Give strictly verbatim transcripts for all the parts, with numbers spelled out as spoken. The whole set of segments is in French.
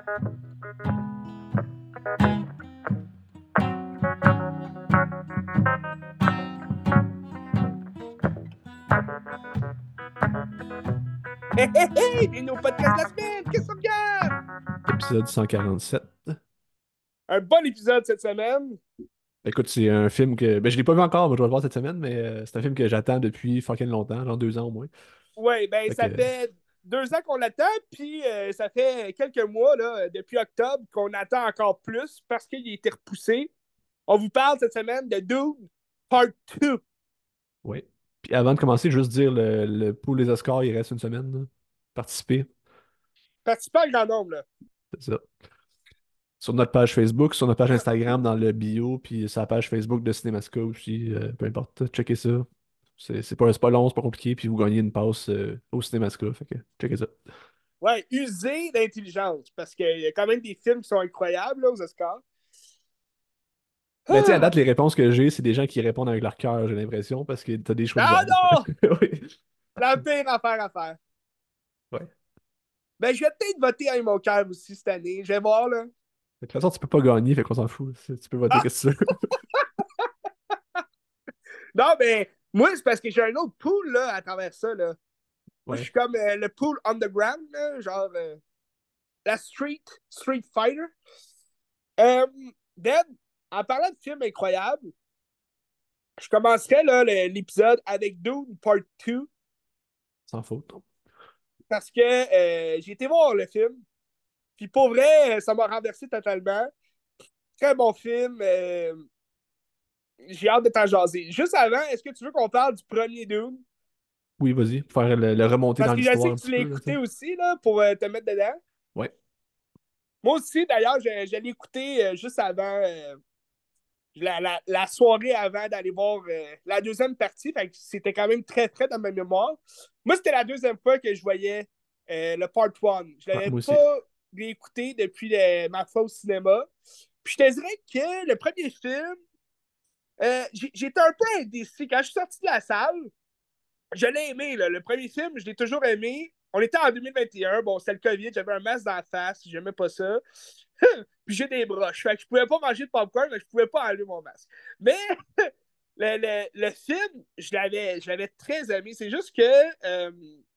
Hé, hé, hé! Bienvenue au podcast de la semaine! Qu'est-ce qu'on regarde? Épisode cent quarante-sept. Un bon épisode cette semaine. Écoute, c'est un film que. Ben, je l'ai pas vu encore, moi je vais le voir cette semaine, mais euh, c'est un film que j'attends depuis fucking longtemps, genre deux ans au moins. Oui, ben Fait ça que, fait deux ans qu'on l'attend, puis euh, ça fait quelques mois, là, depuis octobre, qu'on attend encore plus parce qu'il a été repoussé. On vous parle cette semaine de Dune Part deux. ouais. Puis avant de commencer, juste dire le, le pour les Oscars, il reste une semaine, là. Participer, Participant à grand nombre, là. c'est ça. Sur notre page Facebook, sur notre page Instagram, dans le bio, puis sur la page Facebook de Cinémascope aussi, euh, peu importe, checkez ça. C'est c'est pas, c'est pas long, c'est pas compliqué, puis vous gagnez une passe euh, au Cinémascope, fait que checkez ça. Ouais, usé d'intelligence, parce qu'il y a quand même des films qui sont incroyables là, aux Oscars. Ben, tu sais, à Ah, date, les réponses que j'ai, c'est des gens qui répondent avec leur cœur, j'ai l'impression, parce que t'as des choix de ah voix. non! Oui. La pire affaire à faire. Ouais. Ben, je vais peut-être voter avec mon cœur aussi cette année. Je vais voir, là. De toute façon, tu peux pas gagner, fait qu'on s'en fout. C'est- Tu peux voter Ah! qu'est-ce que tu veux. Non, mais moi, c'est parce que j'ai un autre pool, là, à travers ça, là. Moi, je Ouais. suis comme euh, le pool underground, là, genre euh, la street, Street Fighter. Euh, Ben, en parlant de films incroyables, je commencerai là, le- l'épisode avec Dune Part deux Sans faute. parce que euh, j'ai été voir le film. Puis pour vrai, ça m'a renversé totalement. Très bon film. euh, j'ai hâte de t'en jaser. Juste avant, est-ce que tu veux qu'on parle du premier Dune? Oui, vas-y. Faire le, le remonter Parce dans que je sais l'histoire que un tu petit l'as peu, là, tu écouté sais. aussi là, pour euh, te mettre dedans. Ouais. Moi aussi, d'ailleurs, je, je l'ai écouté euh, juste avant, euh, la, la, la soirée avant d'aller voir euh, la deuxième partie. Fait que c'était quand même très frais dans ma mémoire. Moi, c'était la deuxième fois que je voyais euh, le Part un. Je Ouais, l'avais moi aussi. pas réécouté depuis le- ma fois au cinéma. Puis je te dirais que le premier film, euh, j'ai- j'étais un peu indécis. Quand je suis sorti de la salle, je l'ai aimé, là. Le premier film, je l'ai toujours aimé. On était en deux mille vingt et un. Bon, c'était le COVID. J'avais un masque dans la face. J'aimais pas ça. Puis j'ai des broches. Fait que je pouvais pas manger de popcorn, mais je pouvais pas enlever mon masque. Mais le, le, le film, je l'avais, je l'avais très aimé. C'est juste que euh,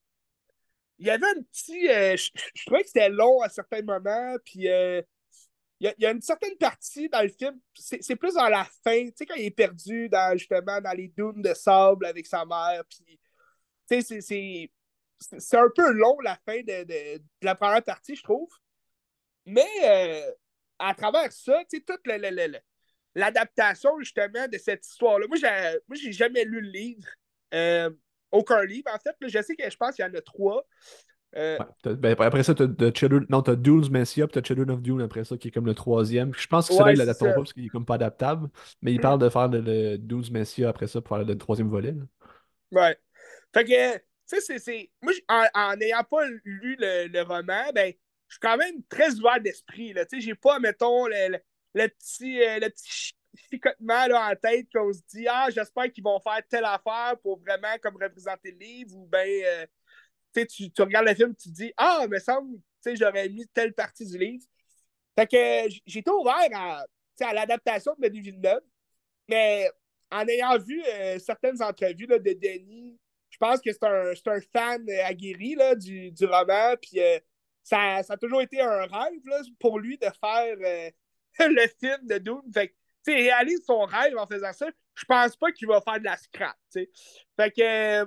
il y avait un petit. Euh, je, je trouvais que c'était long à certains moments. Puis euh, il y, a, il y a une certaine partie dans le film, c'est, c'est plus dans la fin, tu sais, quand il est perdu dans, justement dans les dunes de sable avec sa mère. Puis tu sais, c'est, c'est, c'est un peu long la fin de, de, de la première partie, je trouve. Mais euh, à travers ça, tu sais, toute le, le, le, le- l'adaptation justement de cette histoire-là. Moi, j'ai, moi, j'ai jamais lu le livre. Euh, aucun livre, en fait. Là, je sais que je pense qu'il y en a trois. Euh, Ouais. T'as- ben, après ça, t'as t'as Children... Non, t'as Dune's Messiah, puis t'as Children of Dune après ça, qui est comme le troisième. Je pense que celui-là, ouais, ils c'est l'adapteront ça. pas parce qu'il est comme pas adaptable. Mais ils parlent de faire le, le Dune's Messiah après ça pour faire le troisième volet, là. Ouais. Fait que, tu sais, c'est, c'est. Moi, en, en n'ayant pas lu le, le roman, ben, je suis quand même très ouvert d'esprit, là. Tu sais, j'ai pas, mettons, le, le, le petit, euh, le petit chicotement là, en tête qu'on se dit, ah, j'espère qu'ils vont faire telle affaire pour vraiment comme représenter le livre, ou ben, euh, tu, sais, tu, tu regardes le film, tu te dis, ah, me semble, tu sais, j'aurais mis telle partie du livre. Fait que j'ai été ouvert à, tu sais, à l'adaptation de Denis Villeneuve, mais en ayant vu euh, certaines entrevues là, de Denis, je pense que c'est un, c'est un fan euh, aguerri là, du, du roman. Puis euh, ça, ça a toujours été un rêve là, pour lui de faire euh, le film de Dune. Fait que, tu sais, il réalise son rêve en faisant ça. Je pense pas qu'il va faire de la scrap. T'sais. Fait que euh,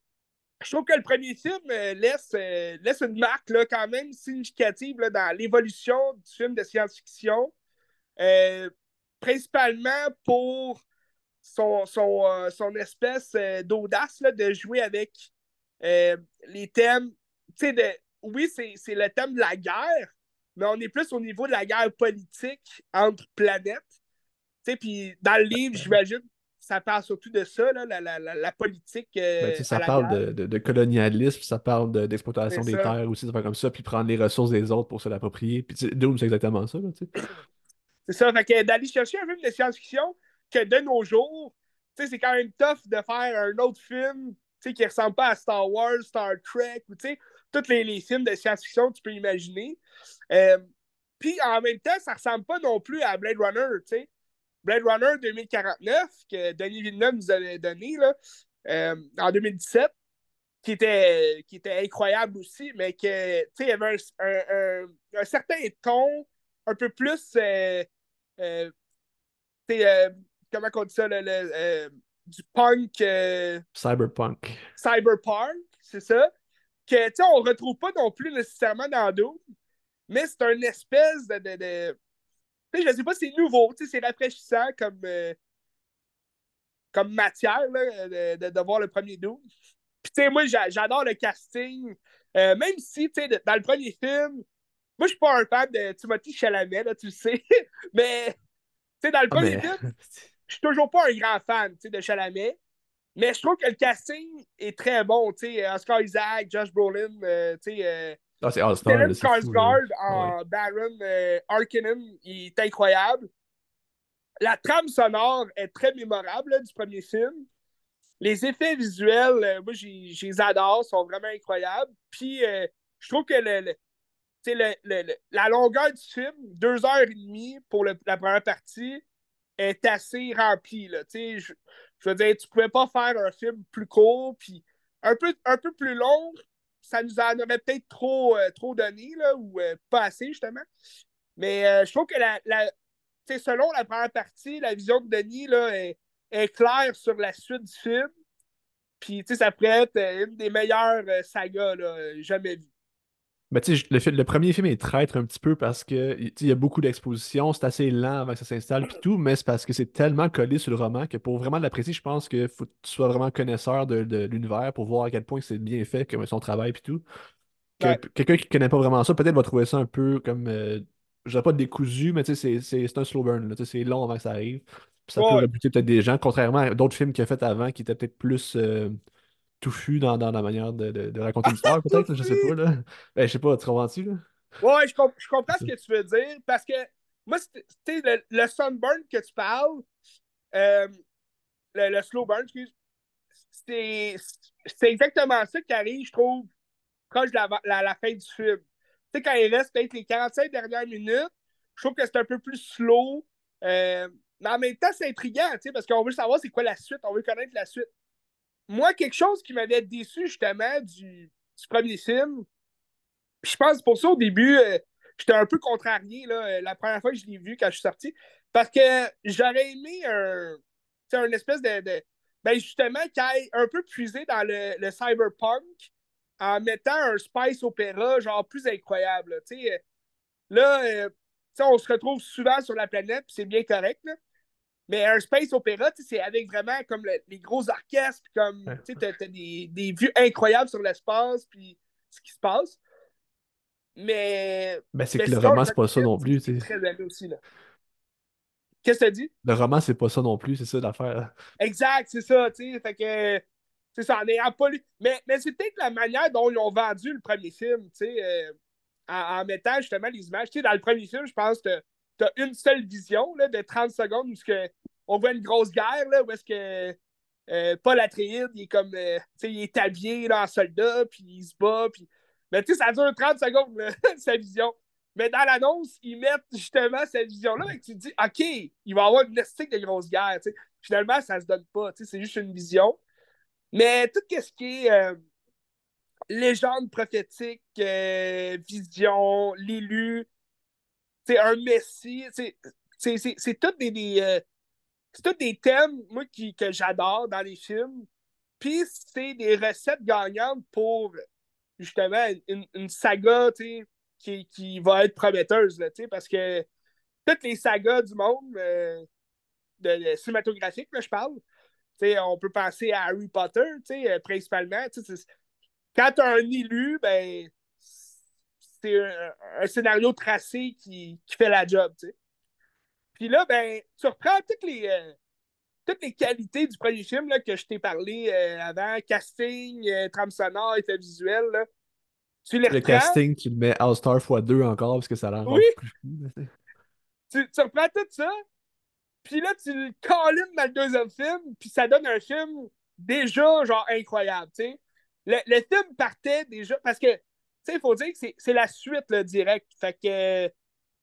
je trouve que le premier film euh, laisse, euh, laisse une marque là, quand même significative là, dans l'évolution du film de science-fiction. Euh, principalement pour son, son, euh, son espèce euh, d'audace là, de jouer avec euh, les thèmes. Tu sais, de, oui, c'est, c'est le thème de la guerre, mais on est plus au niveau de la guerre politique entre planètes. Tu sais, puis dans le livre, j'imagine, ça parle surtout de ça, là, la, la, la, la politique Ben, tu euh, sais, à ça la parle guerre. de, de, de colonialisme, ça parle de- C'est d'exploitation des ça. terres aussi, ça fait comme ça, puis prendre les ressources des autres pour se l'approprier. Puis tu sais, Dune, c'est exactement ça, là, tu sais. C'est ça. Fait que d'aller chercher un film de science-fiction que de nos jours, tu sais, c'est quand même tough de faire un autre film, tu sais, qui ressemble pas à Star Wars, Star Trek, ou tu sais, tous les, les films de science-fiction que tu peux imaginer. Euh, Puis en même temps, ça ressemble pas non plus à Blade Runner, tu sais. Blade Runner deux mille quarante-neuf, que Denis Villeneuve nous avait donné là, euh, en deux mille dix-sept, qui était, qui était incroyable aussi, mais que, tu sais, il y avait un, un, un, un certain ton un peu plus, euh, euh, tu sais, euh, comment on dit ça, le, le, euh, du punk euh, Cyberpunk. cyberpunk, c'est ça, que, tu sais, on retrouve pas non plus nécessairement dans Doom, mais c'est une espèce de, de, de tu sais, je sais pas, c'est nouveau, tu sais, c'est rafraîchissant comme, euh, comme matière là, de, de, de voir le premier Doom. Puis, tu sais, moi, j'adore le casting. Euh, même si, tu sais, dans le premier film, moi, je suis pas un fan de Timothée Chalamet, là, tu le sais. Mais, tu sais, dans le Ah, premier mais. film, je suis toujours pas un grand fan, tu sais, de Chalamet. Mais je trouve que le casting est très bon, tu sais. Oscar Isaac, Josh Brolin, euh, tu sais. Euh, Ah, c'est All-Star, Stellan là, c'est fou, là. Skarsgård Ah ouais. en Baron euh, Harkonnen, il est incroyable. La trame sonore est très mémorable là, du premier film. Les effets visuels, euh, moi, je les adore, sont vraiment incroyables. Puis, euh, je trouve que le, le, le, le, le, la longueur du film, deux heures et demie pour le, la première partie, est assez remplie. Là. Je, je veux dire, tu pouvais pas faire un film plus court, puis un peu, un peu plus long, ça nous en aurait peut-être trop, euh, trop donné, là, ou euh, pas assez, justement. Mais euh, je trouve que la, la, selon la première partie, la vision de Denis là, est, est claire sur la suite du film. Puis, tu sais, ça pourrait être une des meilleures euh, sagas là, jamais vues. Ben, tu sais, le, fi- le premier film est traître un petit peu parce que tu sais, il y a beaucoup d'expositions, c'est assez lent avant que ça s'installe puis tout, mais c'est parce que c'est tellement collé sur le roman que pour vraiment l'apprécier, je pense qu'il faut que tu sois vraiment connaisseur de, de l'univers pour voir à quel point c'est bien fait, comme son travail puis tout. Que Ouais. p- quelqu'un qui connaît pas vraiment ça, peut-être va trouver ça un peu comme, euh, je dirais pas décousu, mais tu sais, c'est c'est- c'est un slow burn, là, tu sais, c'est long avant que ça arrive. Puis ça peut Ouais. rebuter peut-être des gens, contrairement à d'autres films qu'il a fait avant qui étaient peut-être plus euh, touffus dans, dans la manière de, de- de raconter l'histoire, peut-être, là, je sais pas, Touffu! là. Ben, je sais pas, tu comprends-tu, là? Ouais, je, comp- je comprends C'est ce ça. que tu veux dire parce que moi, tu sais, le, le sunburn que tu parles, euh, le, le slow burn, excuse, c'est c'est exactement ça qui arrive, je trouve, proche de la, la, la fin du film. Tu sais, quand il reste peut-être les quarante-cinq dernières minutes, je trouve que c'est un peu plus slow. Euh, mais en même temps, c'est intriguant, tu sais, parce qu'on veut savoir c'est quoi la suite, on veut connaître la suite. Moi, quelque chose qui m'avait déçu justement du, du premier film, je pense pour ça au début, euh, j'étais un peu contrarié là, euh, la première fois que je l'ai vu quand je suis sorti, parce que j'aurais aimé un, un espèce de, de ben justement qui aille un peu puiser dans le, le cyberpunk en mettant un space opéra genre plus incroyable. Là, euh, là euh, on se retrouve souvent sur la planète, puis c'est bien correct, là. Mais un space opéra, c'est avec vraiment comme le, les gros orchestres, puis comme Ouais. tu as, as des, des vues incroyables sur l'espace, puis ce qui se passe. Mais, Ben, c'est mais que le sinon, le roman, c'est premier pas ça film, non plus, j'ai tu sais. très aimé aussi. Là. Qu'est-ce que tu as dit? Le roman, c'est pas ça non plus, c'est ça l'affaire. Exact, c'est ça, tu sais. Fait que c'est ça, en ayant pas lu. Mais, mais c'est peut-être la manière dont ils ont vendu le premier film, tu sais, euh, en, en, mettant justement les images. Tu sais, dans le premier film, je pense que tu as une seule vision là, de trente secondes où que, on voit une grosse guerre, là, où est-ce que euh, Paul Atreides, il est comme, euh, tu sais, il est habillé là, en soldat, puis il se bat, puis. Mais tu sais, ça dure trente secondes, là, sa vision. Mais dans l'annonce, ils mettent justement cette vision-là et tu te dis, OK, il va y avoir une estique de grosse guerre. Tu sais. Finalement, ça se donne pas. Tu sais, c'est juste une vision. Mais tout ce qui est euh, légende prophétique, euh, vision, l'élu, c'est un messie, c'est, c'est, c'est, c'est tous des, des, euh, c'est tous des thèmes, moi, qui, que j'adore dans les films. Puis c'est des recettes gagnantes pour justement une, une saga, tu sais, qui, qui va être prometteuse, là, tu sais, parce que toutes les sagas du monde euh, de, de cinématographique, là, je parle, tu sais, on peut penser à Harry Potter, tu sais, euh, principalement, tu sais, quand tu as un élu, ben, c'est un, un scénario tracé qui, qui fait la job, tu sais. Puis là, ben, tu reprends toutes les, euh, toutes les qualités du premier film là, que je t'ai parlé euh, avant, casting, euh, trame sonore, effets visuels, là. Tu les Le reprends, casting, tu le mets All-Star fois deux encore parce que ça a l'air oui, encore plus fou, là, tu sais. tu, tu reprends tout ça, puis là, tu le collines dans le deuxième film, puis ça donne un film déjà, genre, incroyable, tu sais. Le, le film partait déjà, parce que, tu sais, il faut dire que c'est, c'est la suite, là, direct. Fait que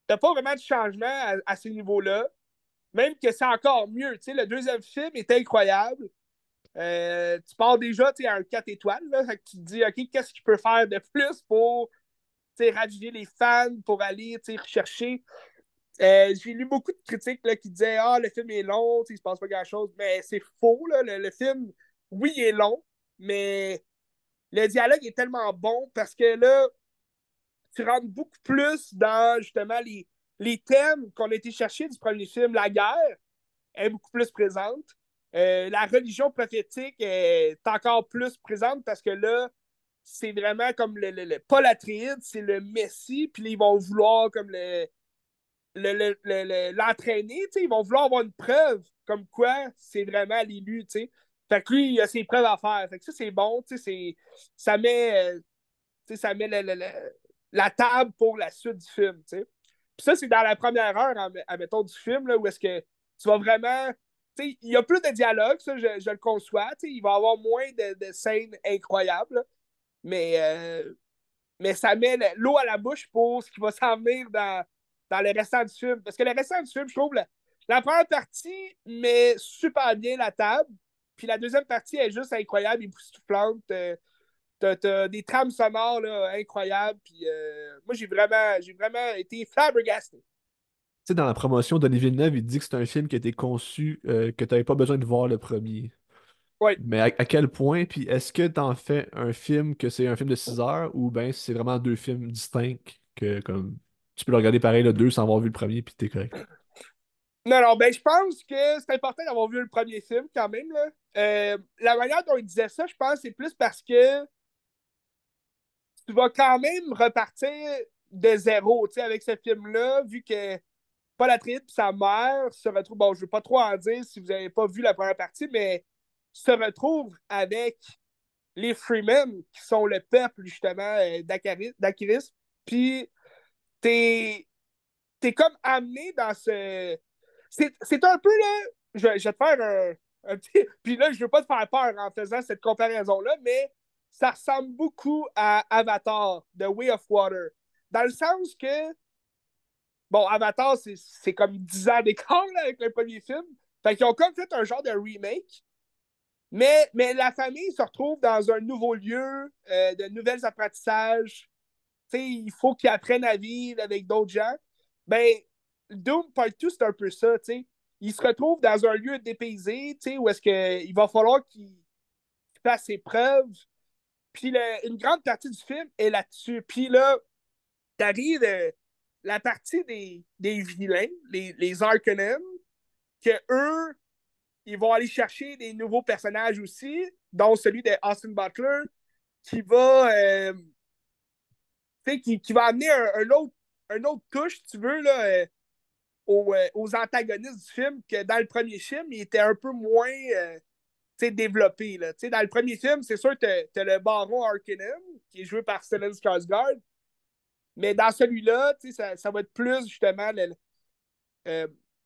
t'as pas vraiment de changement à, à ce niveau-là. Même que c'est encore mieux. Tu sais, le deuxième film est incroyable. Euh, tu pars déjà à un quatre étoiles. Là, fait que tu te dis, OK, qu'est-ce qu'il peut faire de plus pour raviver les fans, pour aller rechercher. Euh, j'ai lu beaucoup de critiques là, qui disaient Ah, le film est long, il se passe pas grand-chose. Mais c'est faux. Là, le, le film, oui, il est long, mais le dialogue est tellement bon parce que là, tu rentres beaucoup plus dans justement les, les thèmes qu'on a été chercher du premier film. La guerre est beaucoup plus présente. Euh, la religion prophétique est encore plus présente parce que là, c'est vraiment comme le, le, le pas l'Atréide, c'est le Messie, puis là, ils vont vouloir comme le, le, le, le, l'entraîner, ils vont vouloir avoir une preuve comme quoi c'est vraiment l'élu, tu sais. Fait que lui, il a ses preuves à faire. Fait que ça, c'est bon, tu sais, ça met, euh, ça met le, le, le, la table pour la suite du film, tu sais. Puis ça, c'est dans la première heure, admettons, du film, là, où est-ce que tu vas vraiment. Il y a plus de dialogue, ça, je, je le conçois. Il va y avoir moins de, de scènes incroyables. Là, mais, euh, mais ça met l'eau à la bouche pour ce qui va s'en venir dans, dans le restant du film. Parce que le restant du film, je trouve, la, la première partie met super bien la table. Puis la deuxième partie est juste incroyable, époustouflante. Euh, T'as, t'as des trames sonores là, incroyables. Puis, euh, moi, j'ai vraiment, j'ai vraiment été flabbergasté. Tu sais, dans la promotion, Denis Villeneuve, il dit que c'est un film qui a été conçu, euh, que tu n'avais pas besoin de voir le premier. Oui. Mais à, à quel point, puis est-ce que t'en fais un film que c'est un film de six heures ou ben c'est vraiment deux films distincts que comme tu peux le regarder pareil le deux sans avoir vu le premier puis t'es correct. Non, non, ben je pense que c'est important d'avoir vu le premier film quand même. Là. Euh, la manière dont il disait ça, je pense, c'est plus parce que tu vas quand même repartir de zéro avec ce film-là, vu que Paul Atreides et sa mère se retrouvent. Bon, je ne veux pas trop en dire si vous n'avez pas vu la première partie, mais se retrouvent avec les Freemen, qui sont le peuple, justement, euh, d'Akiris. Puis, t'es es comme amené dans ce. C'est un peu, là. Je, je vais te faire un, un petit. Puis là, je veux pas te faire peur en faisant cette comparaison-là, mais ça ressemble beaucoup à Avatar, The Way of Water. Dans le sens que, bon, Avatar, c'est comme dix ans d'écart avec le premier film. Fait qu'ils ont comme fait un genre de remake. Mais, mais la famille se retrouve dans un nouveau lieu, euh, de nouveaux apprentissages. T'sais, il faut qu'ils apprennent à vivre avec d'autres gens. Ben, Doom Part deux, c'est un peu ça. T'sais. Il se retrouve dans un lieu dépaysé où est-ce qu'il va falloir qu'il fasse ses preuves. Puis le, une grande partie du film est là-dessus. Puis là, t'arrives euh, la partie des, des vilains, les, les Harkonnen, que eux, ils vont aller chercher des nouveaux personnages aussi, dont celui de Austin Butler, qui va, euh, qui, qui va amener un, un, autre, un autre touche, si tu veux, là, euh, aux, euh, aux antagonistes du film, que dans le premier film, il était un peu moins euh, développé. Là. Dans le premier film, c'est sûr que tu as le baron Harkonnen, qui est joué par Stellan Skarsgård, mais dans celui-là, ça, ça va être plus justement le, euh,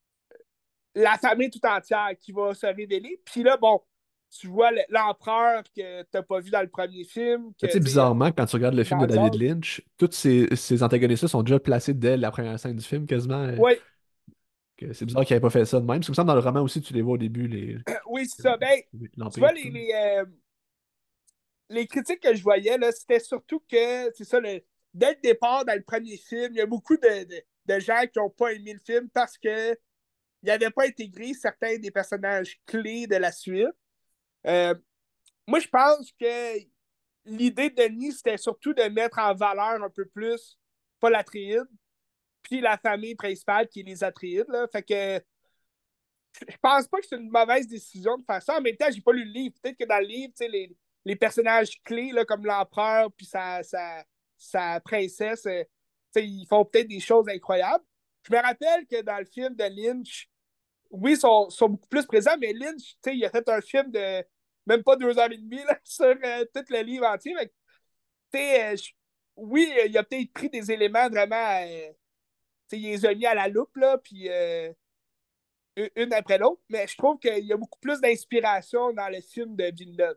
la famille tout entière qui va se révéler. Puis là, bon, tu vois l'empereur que tu n'as pas vu dans le premier film. Tu Que, sais, bizarrement, quand tu regardes le film de David Jar. Lynch, tous ces, ces antagonistes-là sont déjà placés dès la première scène du film, quasiment. euh, Oui, que C'est bizarre qu'il n'ait pas fait ça de même. Parce que me semble dans le roman aussi, tu les vois au début, les oui, c'est ça. Ben, tu l'Empire vois, et les, tout. les, euh, les critiques que je voyais, là, c'était surtout que, c'est ça, le, dès le départ, dans le premier film, il y a beaucoup de, de, de gens qui n'ont pas aimé le film parce que il n'avait pas intégré certains des personnages clés de la suite. Euh, moi, je pense que l'idée de Denis, c'était surtout de mettre en valeur un peu plus Paul Atreides, puis la famille principale qui est les Atreides. Là. Fait que je pense pas que c'est une mauvaise décision de faire ça. En même temps, j'ai pas lu le livre. Peut-être que dans le livre, les, les personnages clés, là, comme l'empereur puis sa, sa, sa princesse, euh, ils font peut-être des choses incroyables. Je me rappelle que dans le film de Lynch, oui, ils sont, sont beaucoup plus présents, mais Lynch, il a fait un film de même pas deux heures et demie là, sur euh, tout le livre entier. Mais, euh, je, oui, il a peut-être pris des éléments vraiment. Euh, il les a mis à la loupe, là, puis euh, une après l'autre, mais je trouve qu'il y a beaucoup plus d'inspiration dans le film de Villeneuve.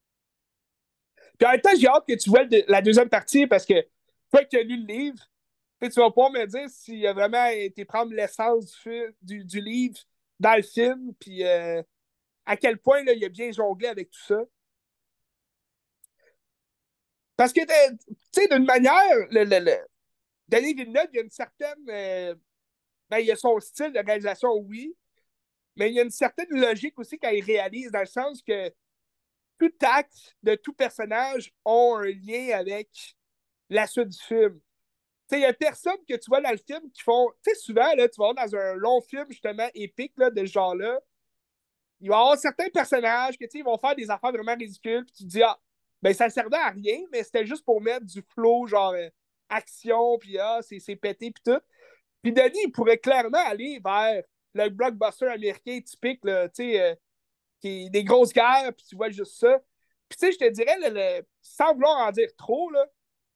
Puis en même temps, j'ai hâte que tu vois le, la deuxième partie parce que toi qui as lu le livre, Tu sais, tu vas pas me dire s'il a vraiment été prendre l'essence du, fi- du, du livre dans le film, puis euh, à quel point là, il a bien jonglé avec tout ça. Parce que, tu sais, d'une manière, le, le, le- Denis Villeneuve, il y a une certaine. Euh, ben, il y a son style de réalisation, oui, mais il y a une certaine logique aussi quand il réalise, dans le sens que tout acte de tout personnage ont un lien avec la suite du film. Il n'y a personne que tu vois dans le film qui font. Tu sais, souvent, là, tu vas voir dans un long film, justement, épique là, de ce genre-là, il va y avoir certains personnages que, tu sais, ils vont faire des affaires vraiment ridicules, puis tu te dis, ah, ben, ça servait à rien, mais c'était juste pour mettre du flow, genre, euh, action, puis ah, c'est c'est pété, puis tout. Puis Denis, il pourrait clairement aller vers le blockbuster américain typique, là, tu sais, euh, qui est des grosses guerres, puis tu vois juste ça. Puis tu sais, je te dirais, le, le- sans vouloir en dire trop, là,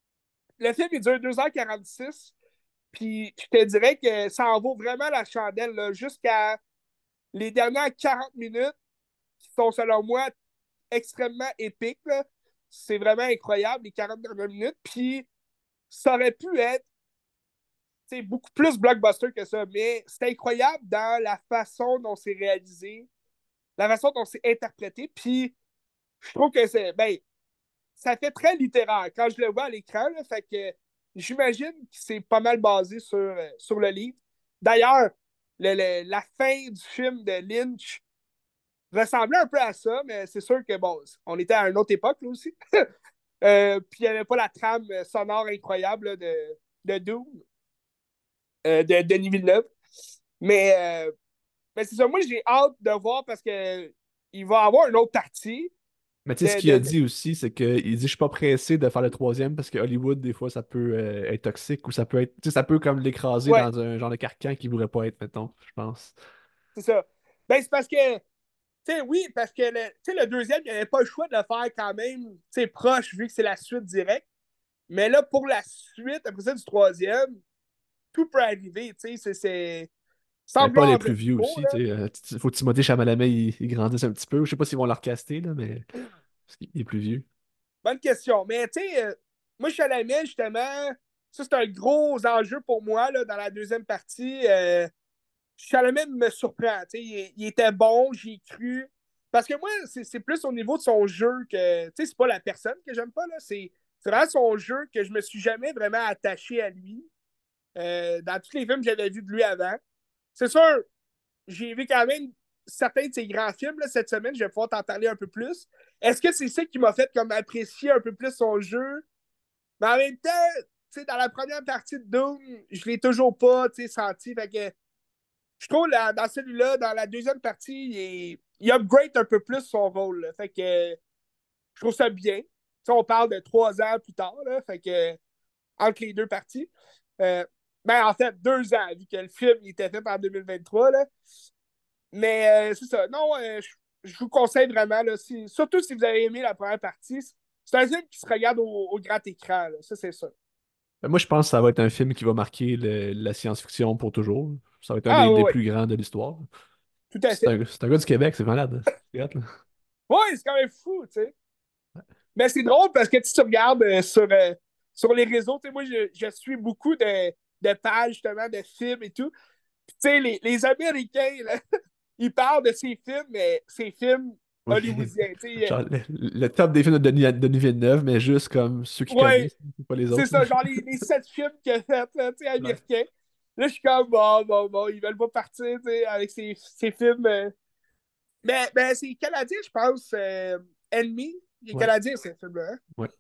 le film, il dure deux heures quarante-six, puis je te dirais que ça en vaut vraiment la chandelle, là, jusqu'à les dernières quarante minutes, qui sont, selon moi, extrêmement épiques, là. C'est vraiment incroyable, les quarante dernières minutes. Puis ça aurait pu être c'est beaucoup plus blockbuster que ça, mais c'est incroyable dans la façon dont c'est réalisé, la façon dont c'est interprété, puis je trouve que c'est, ben, ça fait très littéraire quand je le vois à l'écran, là, fait que j'imagine que c'est pas mal basé sur, euh, sur le livre. D'ailleurs, le, le- la fin du film de Lynch ressemblait un peu à ça, mais c'est sûr que, bon, on était à une autre époque, là aussi. Euh, puis il n'y avait pas la trame sonore incroyable là, de, de Doom, euh, de Denis Villeneuve. Mais euh, Mais c'est ça, moi j'ai hâte de voir parce que il va y avoir une autre partie Mais tu sais, ce de, qu'il a de, de- dit aussi, c'est qu'il dit, je suis pas pressé de faire le troisième parce que Hollywood, des fois, ça peut euh, être toxique ou ça peut être, tu sais, ça peut comme l'écraser Ouais, dans un genre de carcan qui voudrait pas être, mettons, je pense. c'est ça. Ben c'est parce que, tu sais, oui, parce que le, tu sais, le deuxième, il n'y avait pas le choix de le faire quand même, tu sais, proche, vu que c'est la suite directe. Mais là, pour la suite, après ça, du troisième, tout peut arriver, tu sais, c'est, c'est, sans Ben, Paul vouloir est en dire plus vieux trop, aussi, là. tu sais. euh, t- faut que Timothée Chalamet, il, il grandisse un petit peu. Je sais pas s'ils vont le recaster, là, mais parce qu'il est plus vieux. Bonne question. Mais, tu sais, euh, moi, Chalamet, justement, ça, c'est un gros enjeu pour moi, là, dans la deuxième partie. Euh, Chalamet me surprend. Il, il était bon, j'y ai cru. Parce que moi, c'est c'est plus au niveau de son jeu que. Tu sais, c'est pas la personne que j'aime pas, là. C'est c'est vraiment son jeu que je me suis jamais vraiment attaché à lui. Euh, dans tous les films que j'avais vus de lui avant. C'est sûr, j'ai vu quand même certains de ses grands films là, cette semaine. Je vais pouvoir t'en parler un peu plus. Est-ce que c'est ça qui m'a fait comme apprécier un peu plus son jeu? Mais en même temps, tu sais, dans la première partie de Doom, je l'ai toujours pas tu sais, senti. Fait que je trouve là, dans celui-là, dans la deuxième partie, il, est- il upgrade un peu plus son rôle. Là. Fait que je trouve ça bien. T'sais, on parle de trois ans plus tard, là, fait que entre les deux parties. Euh, ben, en fait, deux ans, vu que le film il était fait en deux mille vingt-trois. Là. Mais euh, c'est ça. Non, euh, je, je vous conseille vraiment, là, si- surtout si vous avez aimé la première partie, c'est un film qui se regarde au, au grand écran. Là, ça, c'est ça. Ben, moi, je pense que ça va être un film qui va marquer le- la science-fiction pour toujours. Ça va être un Ah, des, oui, des oui, plus grands de l'histoire. tout à C'est fait. un, c'est un gars du Québec, c'est malade. C'est hot, là. Oui, c'est quand même fou, tu sais. Mais c'est drôle parce que tu regardes euh, sur, euh, sur les réseaux, tu sais, moi, je, je suis beaucoup de, de pages, justement, de films et tout. Puis, tu sais, les, les Américains, là, ils parlent de ces films, mais ces films Oui. hollywoodiens, tu sais. Genre, le, le top des films de Denis, Denis Villeneuve, mais juste comme ceux Euh, qui ouais, connaissent, c'est pas les c'est autres, là. ça, genre les, les sept films qu'il a fait, là, tu sais, Ouais. américains. Là, je suis comme, bon, bon, bon, ils veulent pas partir, tu sais, avec ces, ces films. euh. Mais, mais c'est canadien, je pense, euh, Enemy. Il est Ouais. canadien, ce film-là. Hein. Ouais.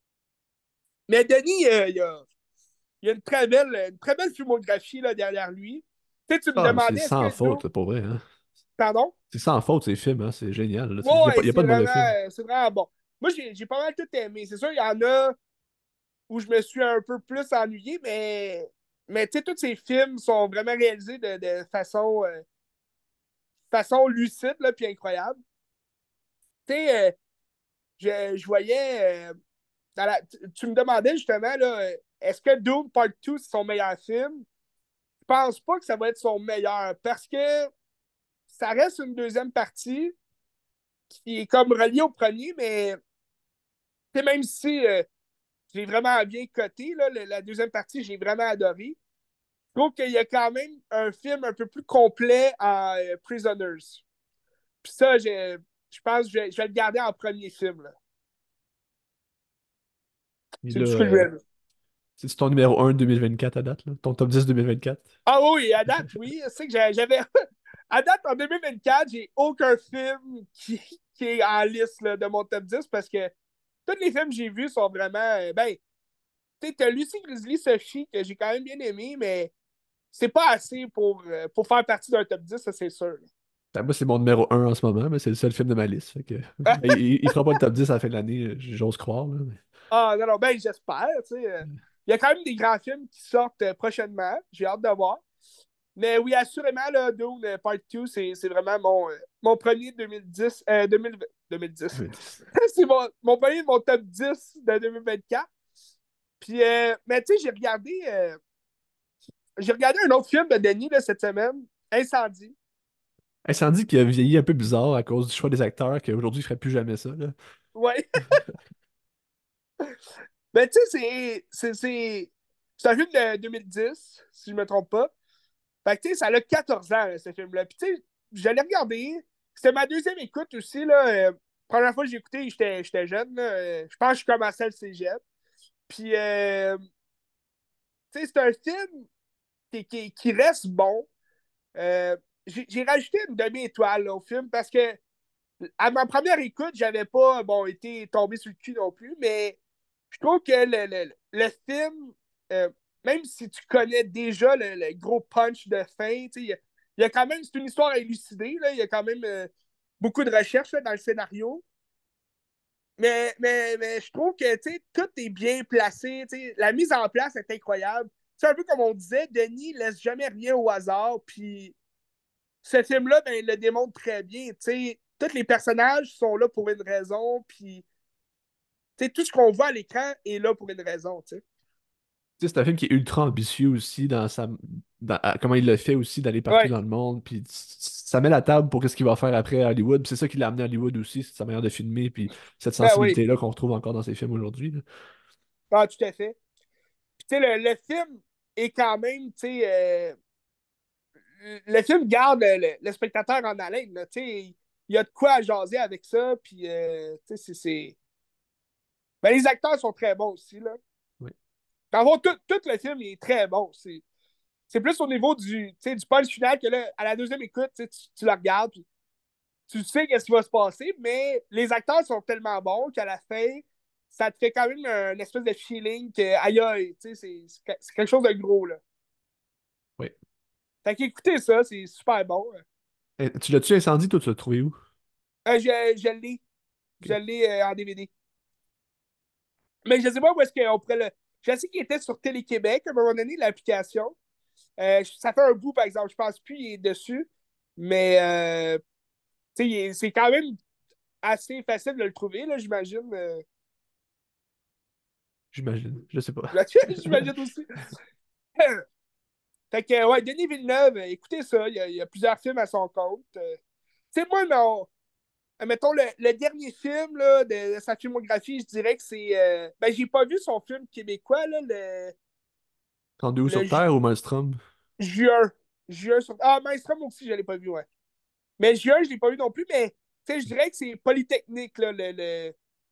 Mais Denis, euh, il a il y a une très belle, une très belle filmographie là, derrière lui. Tu sais, tu me Ah, mais c'est demandais, est-ce sans que Doom. faute, là, pour vrai, hein. Pardon? C'est sans faute, ces films, hein. C'est génial, là. Il n'y a, pas Ouais, y a pas c'est de mauvais vraiment, film. euh, c'est vraiment bon. Moi, j'ai j'ai pas mal tout aimé. C'est sûr, il y en a où je me suis un peu plus ennuyé, mais, mais tu sais, tous ces films sont vraiment réalisés de, de façon, euh, façon lucide, là, puis incroyable. Tu sais, euh, je, je voyais. Euh, dans la- tu, tu me demandais justement, là, euh, est-ce que Doom Part deux c'est son meilleur film? Je pense pas que ça va être son meilleur parce que ça reste une deuxième partie qui est comme reliée au premier, mais même si euh, j'ai vraiment bien coté. Là. Le- la deuxième partie, j'ai vraiment adoré. Je trouve qu'il y a quand même un film un peu plus complet à euh, Prisoners. Puis ça, je, je pense que je vais, je vais le garder en premier film. Là. Et C'est là, du euh, cruel. c'est ton numéro un deux mille vingt-quatre à date, là? Ton top dix deux mille vingt-quatre? Ah oui, à date, oui. C'est que j'avais. À date, en deux mille vingt-quatre, j'ai aucun film qui, qui est en liste là, de mon top dix parce que tous les films que j'ai vus sont vraiment. euh, Ben, tu sais, t'as Lucy Grizzly Sophie que j'ai quand même bien aimé, mais c'est pas assez pour, euh, pour faire partie d'un top dix, ça c'est sûr. Ben, moi, c'est mon numéro un en ce moment, mais c'est le seul film de ma liste. Fait que... Ben, il, il fera pas le top dix à la fin de l'année, euh, j'ose croire. Là, mais- Ah non, non, ben j'espère. Tu sais. euh, Il y a quand même des grands films qui sortent euh, prochainement. J'ai hâte de voir. Mais oui, assurément, là, Dune euh, Part deux, c'est c'est vraiment mon, euh, mon premier deux mille dix. Euh, deux mille vingt deux mille dix. C'est mon, mon premier de mon top dix de deux mille vingt-quatre. Puis, euh, mais tu sais, j'ai regardé, euh, j'ai regardé un autre film de Denis là, cette semaine, Incendie. Incendie qui a vieilli un peu bizarre à cause du choix des acteurs, qu'aujourd'hui, il ferait plus jamais ça. Là. Ouais. Mais tu sais, c'est c'est- c'est- c'est un film de deux mille dix, si je me trompe pas. Fait que tu sais, ça a quatorze ans, là, ce film-là. Puis tu sais, j'allais regarder. C'était ma deuxième écoute aussi, là. Euh, première fois que j'ai écouté, j'étais j'étais jeune, là. Euh, je pense que je commençais le cégep. Puis, euh, tu sais, c'est un film qui, qui, qui reste bon. Euh, j'ai j'ai rajouté une demi-étoile là, au film parce que à ma première écoute, j'avais pas bon, été tombé sur le cul non plus, mais je trouve que le, le, le film, euh, même si tu connais déjà le, le gros punch de fin, il y, a, y a quand même, c'est une histoire à élucider, il y a quand même euh, beaucoup de recherche là, dans le scénario. Mais, mais, mais je trouve que tout est bien placé. T'sais, la mise en place est incroyable. C'est un peu comme on disait, Denis laisse jamais rien au hasard. Puis ce film-là, ben, il le démontre très bien. T'sais, tous les personnages sont là pour une raison. Puis tout ce qu'on voit à l'écran est là pour une raison. T'sais. Tu sais, c'est un film qui est ultra ambitieux aussi dans sa dans- à- comment il le fait aussi d'aller partout Ouais, dans le monde. Puis t- ça met la table pour ce qu'il va faire après à Hollywood. Puis c'est ça qui l'a amené à Hollywood aussi, c'est sa manière de filmer. Puis cette ben oui. sensibilité-là qu'on retrouve encore dans ses films aujourd'hui. Là. Ah, tout à fait. Puis, le, le film est quand même, tu sais, euh, le film garde le, le spectateur en haleine. Là, il y a de quoi à jaser avec ça. Puis, euh, c'est, c'est... Ben, les acteurs sont très bons aussi. Là. Oui. En gros, tout, tout le film est très bon. C'est, c'est plus au niveau du, du punch final que là, à la deuxième écoute, tu, tu le regardes, puis tu sais qu'est-ce qui va se passer, mais les acteurs sont tellement bons qu'à la fin, ça te fait quand même un espèce de feeling que, aïe aïe, c'est, c'est quelque chose de gros. Là. Oui. Fait qu'écoutez ça, c'est super bon. Eh, tu l'as-tu incendie, toi, tu l'as trouvé où? Euh, je, je l'ai. Je Ok. l'ai euh, en D V D. Mais je ne sais pas où est-ce qu'on pourrait le. Je sais qu'il était sur Télé-Québec à un moment donné, l'application. Euh, ça fait un bout, par exemple. Je pense plus qu'il est dessus. Mais euh, c'est quand même assez facile de le trouver, là, j'imagine. Euh, J'imagine. Je sais pas. j'imagine aussi. Fait que, ouais, Denis Villeneuve, euh, écoutez ça. Il y, a, il y a plusieurs films à son compte. Euh, tu sais, moi, non. Mettons, le, le dernier film là, de, de sa filmographie, je dirais que c'est. Euh, ben, j'ai pas vu son film québécois, là, le, Rendu où le sur Ju- Terre ou Maelstrom? Juin. Juin sur... Ah, Maelstrom aussi, je l'ai pas vu, ouais. Mais Juin, je l'ai pas vu non plus, mais tu sais, je dirais que c'est Polytechnique, là, le, le,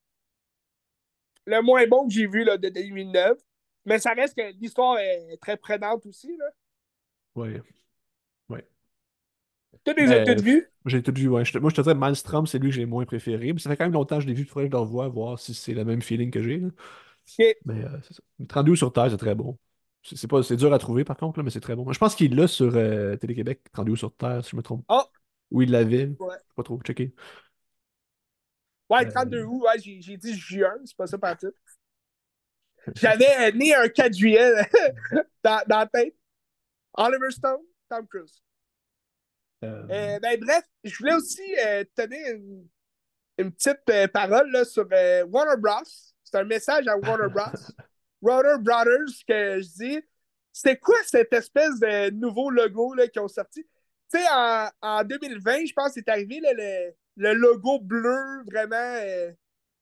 le moins bon que j'ai vu là, de Denis Villeneuve. Mais ça reste que l'histoire est très prenante aussi. Là. Oui. Oui. Tu les as Ben, toutes pff, vues? j'ai tout vu, ouais. Je te- moi, je te dirais Maelstrom, c'est lui que j'ai le moins préféré. Mais ça fait quand même longtemps que je l'ai vu, il faudrait que je le revoie, voir si c'est le même feeling que j'ai. Là. Okay. Mais euh, c'est ça. trente-deux sur Terre, c'est très bon. C'est c'est pas, c'est dur à trouver par contre, là, mais c'est très bon. Je pense qu'il l'a sur euh, Télé-Québec, trente-deux sur Terre, si je me trompe. Ah, Ou il l'avait. Je sais ouais. pas trop checké. Ouais, Euh, trente-deux août, ouais, j'ai, j'ai dit juin, c'est pas ça partout. J'avais euh, né un quatre juillet dans, dans la tête. Oliver Stone, Tom Cruise. euh, Euh, ben, bref, je voulais aussi euh, te donner une, une petite euh, parole là, sur euh, Warner Bros. C'est un message à Warner Bros. Warner Brothers que je dis. C'était quoi cette espèce de nouveau logo là, qu'ils ont sorti? Tu sais, en, en deux mille vingt, je pense que c'est arrivé là, le, le logo bleu vraiment. Euh,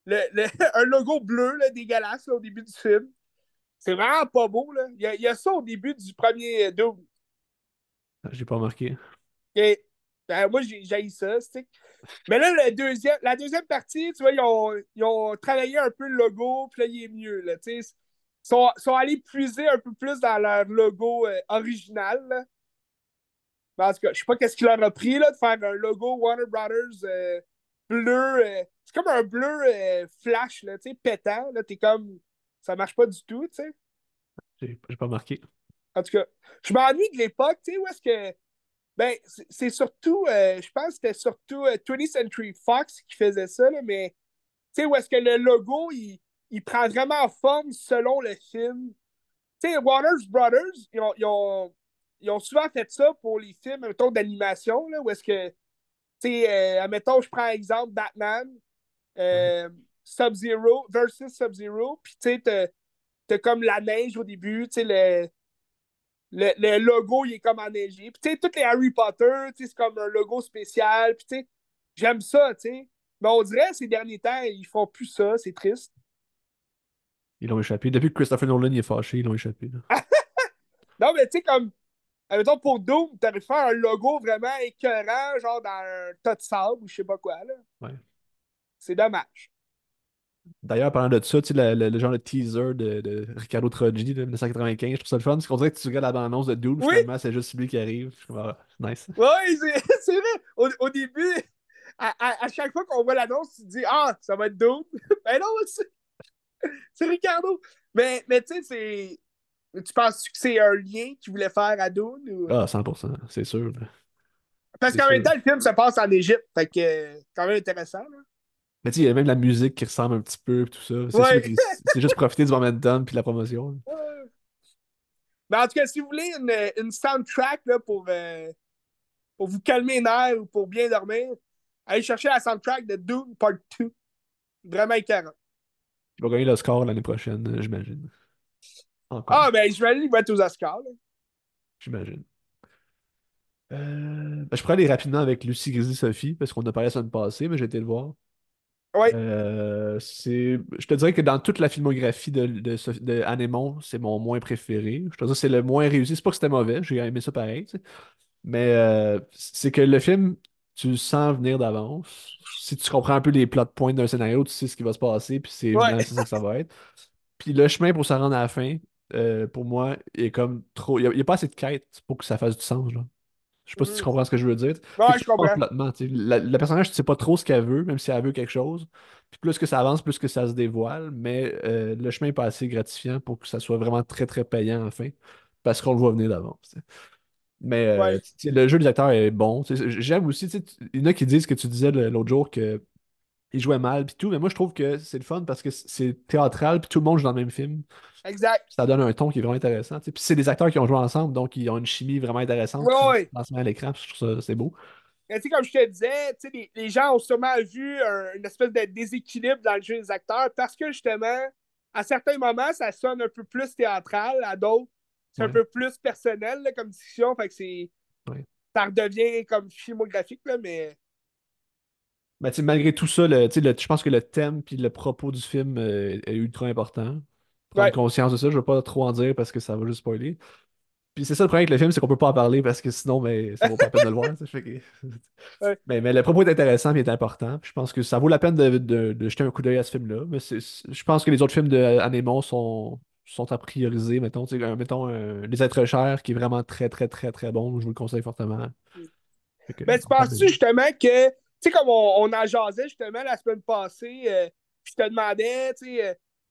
le, le- un logo bleu, là, dégueulasse, là, au début du film. C'est vraiment pas beau, là. Il y a, il y a ça au début du premier Doom. J'ai pas remarqué. Et, ben, moi, j'ai j'ai ça, c'est. Mais là, le deuxième, la deuxième partie, tu vois, ils ont, ils ont travaillé un peu le logo, puis là, il est mieux, là, tu sais. Ils sont, sont allés puiser un peu plus dans leur logo euh, original, là. Mais en tout cas, je sais pas qu'est-ce qu'il leur a pris, là, de faire un logo Warner Brothers euh, bleu. euh, c'est comme un bleu euh, flash, là, tu sais, pétant, là, t'es comme. Ça marche pas du tout, tu sais. J'ai j'ai pas remarqué. En tout cas, je m'ennuie de l'époque, tu sais, où est-ce que. Ben, c'est c'est surtout, euh, je pense que c'était surtout euh, twentieth Century Fox qui faisait ça, là, mais tu sais, où est-ce que le logo, il, il prend vraiment forme selon le film. Tu sais, Warner Brothers, ils ont, ils ont, ils ont souvent fait ça pour les films, mettons, d'animation, là, où est-ce que, tu sais, euh, mettons, je prends exemple Batman, Ouais. euh, Sub-Zero versus Sub-Zero, puis tu sais, t'as, t'as comme la neige au début, tu sais, le, le, le logo, il est comme enneigé. Puis tu sais, tous les Harry Potter, tu sais, c'est comme un logo spécial, puis tu sais, j'aime ça, tu sais. Mais on dirait, ces derniers temps, ils font plus ça, c'est triste. Ils l'ont échappé. Depuis que Christopher Nolan il est fâché, ils l'ont échappé, là. Non, mais tu sais, comme, admettons, pour Doom, t'aurais fait un logo vraiment écœurant, genre dans un tas de sable ou je sais pas quoi, là. Ouais. C'est dommage. D'ailleurs, parlant de ça, tu sais, le, le- le genre de teaser de, de Ricardo Troggi de mille neuf cent quatre-vingt-quinze, je trouve ça le fun, parce qu'on dirait que tu regardes la bande-annonce de Doom, Oui, finalement, c'est juste lui qui arrive. Je suis comme, ah, nice. oui, c'est c'est vrai. Au, au début, à, à, à chaque fois qu'on voit l'annonce, tu te dis, ah, ça va être Doom. Ben non, c'est c'est Ricardo. Mais, mais tu sais, c'est. Tu penses que c'est un lien qu'il voulait faire à Dune? Ou... Ah, cent pour cent, c'est sûr, là. Parce C'est qu'en même sûr. temps, le film se passe en Égypte. Fait que, euh, quand même intéressant. Là. Mais tu sais, il y a même la musique qui ressemble un petit peu, puis tout ça. C'est sûr Ouais. que c'est juste profiter du momentum puis de la promotion, là. Mais en tout cas, si vous voulez une, une soundtrack là, pour, euh, pour vous calmer les nerfs ou pour bien dormir, allez chercher la soundtrack de Dune Part deux. Vraiment écœurant. Il va gagner le score l'année prochaine, euh, j'imagine. Encore, Ah, ben, je vais aller mettre aux Oscars. Là. j'imagine. Euh, ben, je pourrais aller rapidement avec Lucie Grisy Sophie, parce qu'on a parlé la semaine passée, mais j'ai été le voir. Ouais, Euh, c'est, je te dirais que dans toute la filmographie de, de, Sophie- de Anne Aymon, c'est mon moins préféré. Je te dirais que c'est le moins réussi. C'est pas que c'était mauvais, j'ai aimé ça pareil, tu sais. Mais euh, c'est que le film, tu le sens venir d'avance. Si tu comprends un peu les plot points d'un scénario, tu sais ce qui va se passer, puis c'est ouais. évident, c'est ça que ça va être. Puis le chemin pour se rendre à la fin, euh, pour moi, est comme trop. Il n'y a, il y a pas assez de quête pour que ça fasse du sens, là. Je sais pas si tu Mhm. comprends ce que je veux dire. C'est Ouais, que je tout part comprends. flottement. Tu sais. La, la personnage, tu sais pas trop ce qu'elle veut, même si elle veut quelque chose. Puis plus que ça avance, plus que ça se dévoile. Mais euh, le chemin n'est pas assez gratifiant pour que ça soit vraiment très, très payant enfin. Parce qu'on le voit venir d'avance. Tu sais. Mais euh, Ouais, tu sais, le jeu des acteurs est bon. Tu sais, j'aime aussi, tu sais, tu- il y en a qui disent que tu disais le- l'autre jour que il jouait mal puis tout, mais moi je trouve que c'est le fun parce que c'est théâtral puis tout le monde joue dans le même film. exact. Ça donne un ton qui est vraiment intéressant. Tu sais. Puis c'est des acteurs qui ont joué ensemble, donc ils ont une chimie vraiment intéressante Ouais, qui se ouais. transmet à l'écran. Je trouve ça c'est beau. Mais tu sais, comme je te disais, tu sais, les, les gens ont sûrement vu un- une espèce de déséquilibre dans le jeu des acteurs parce que justement, à certains moments, ça sonne un peu plus théâtral, à d'autres, c'est un Ouais. peu plus personnel là, comme discussion. Fait que c'est. Ouais. Ça redevient comme filmographique, là, mais. Ben, tu sais, malgré tout ça, le, tu sais, le- je pense que le thème puis le propos du film euh, est ultra important. Prendre Ouais. conscience de ça, je ne veux pas trop en dire parce que ça va juste spoiler. Puis c'est ça le problème avec le film, c'est qu'on peut pas en parler parce que sinon, ben, ça vaut pas la peine de le voir. Tu sais, fait que- Ouais. Mais, mais le propos est intéressant et est important. Puis je pense que ça vaut la peine de, de- de jeter un coup d'œil à ce film-là. Mais c'est- c'est- je pense que les autres films de Anémon sont, sont à prioriser. Mettons, tu sais, un- mettons euh, Les Êtres chers, qui est vraiment très, très, très, très bon. Je vous le conseille fortement. Fait que, Ben, tu on parle de penses-tu lui. justement que, tu sais, comme on, on en jasait justement la semaine passée, euh, je te demandais, tu sais, euh,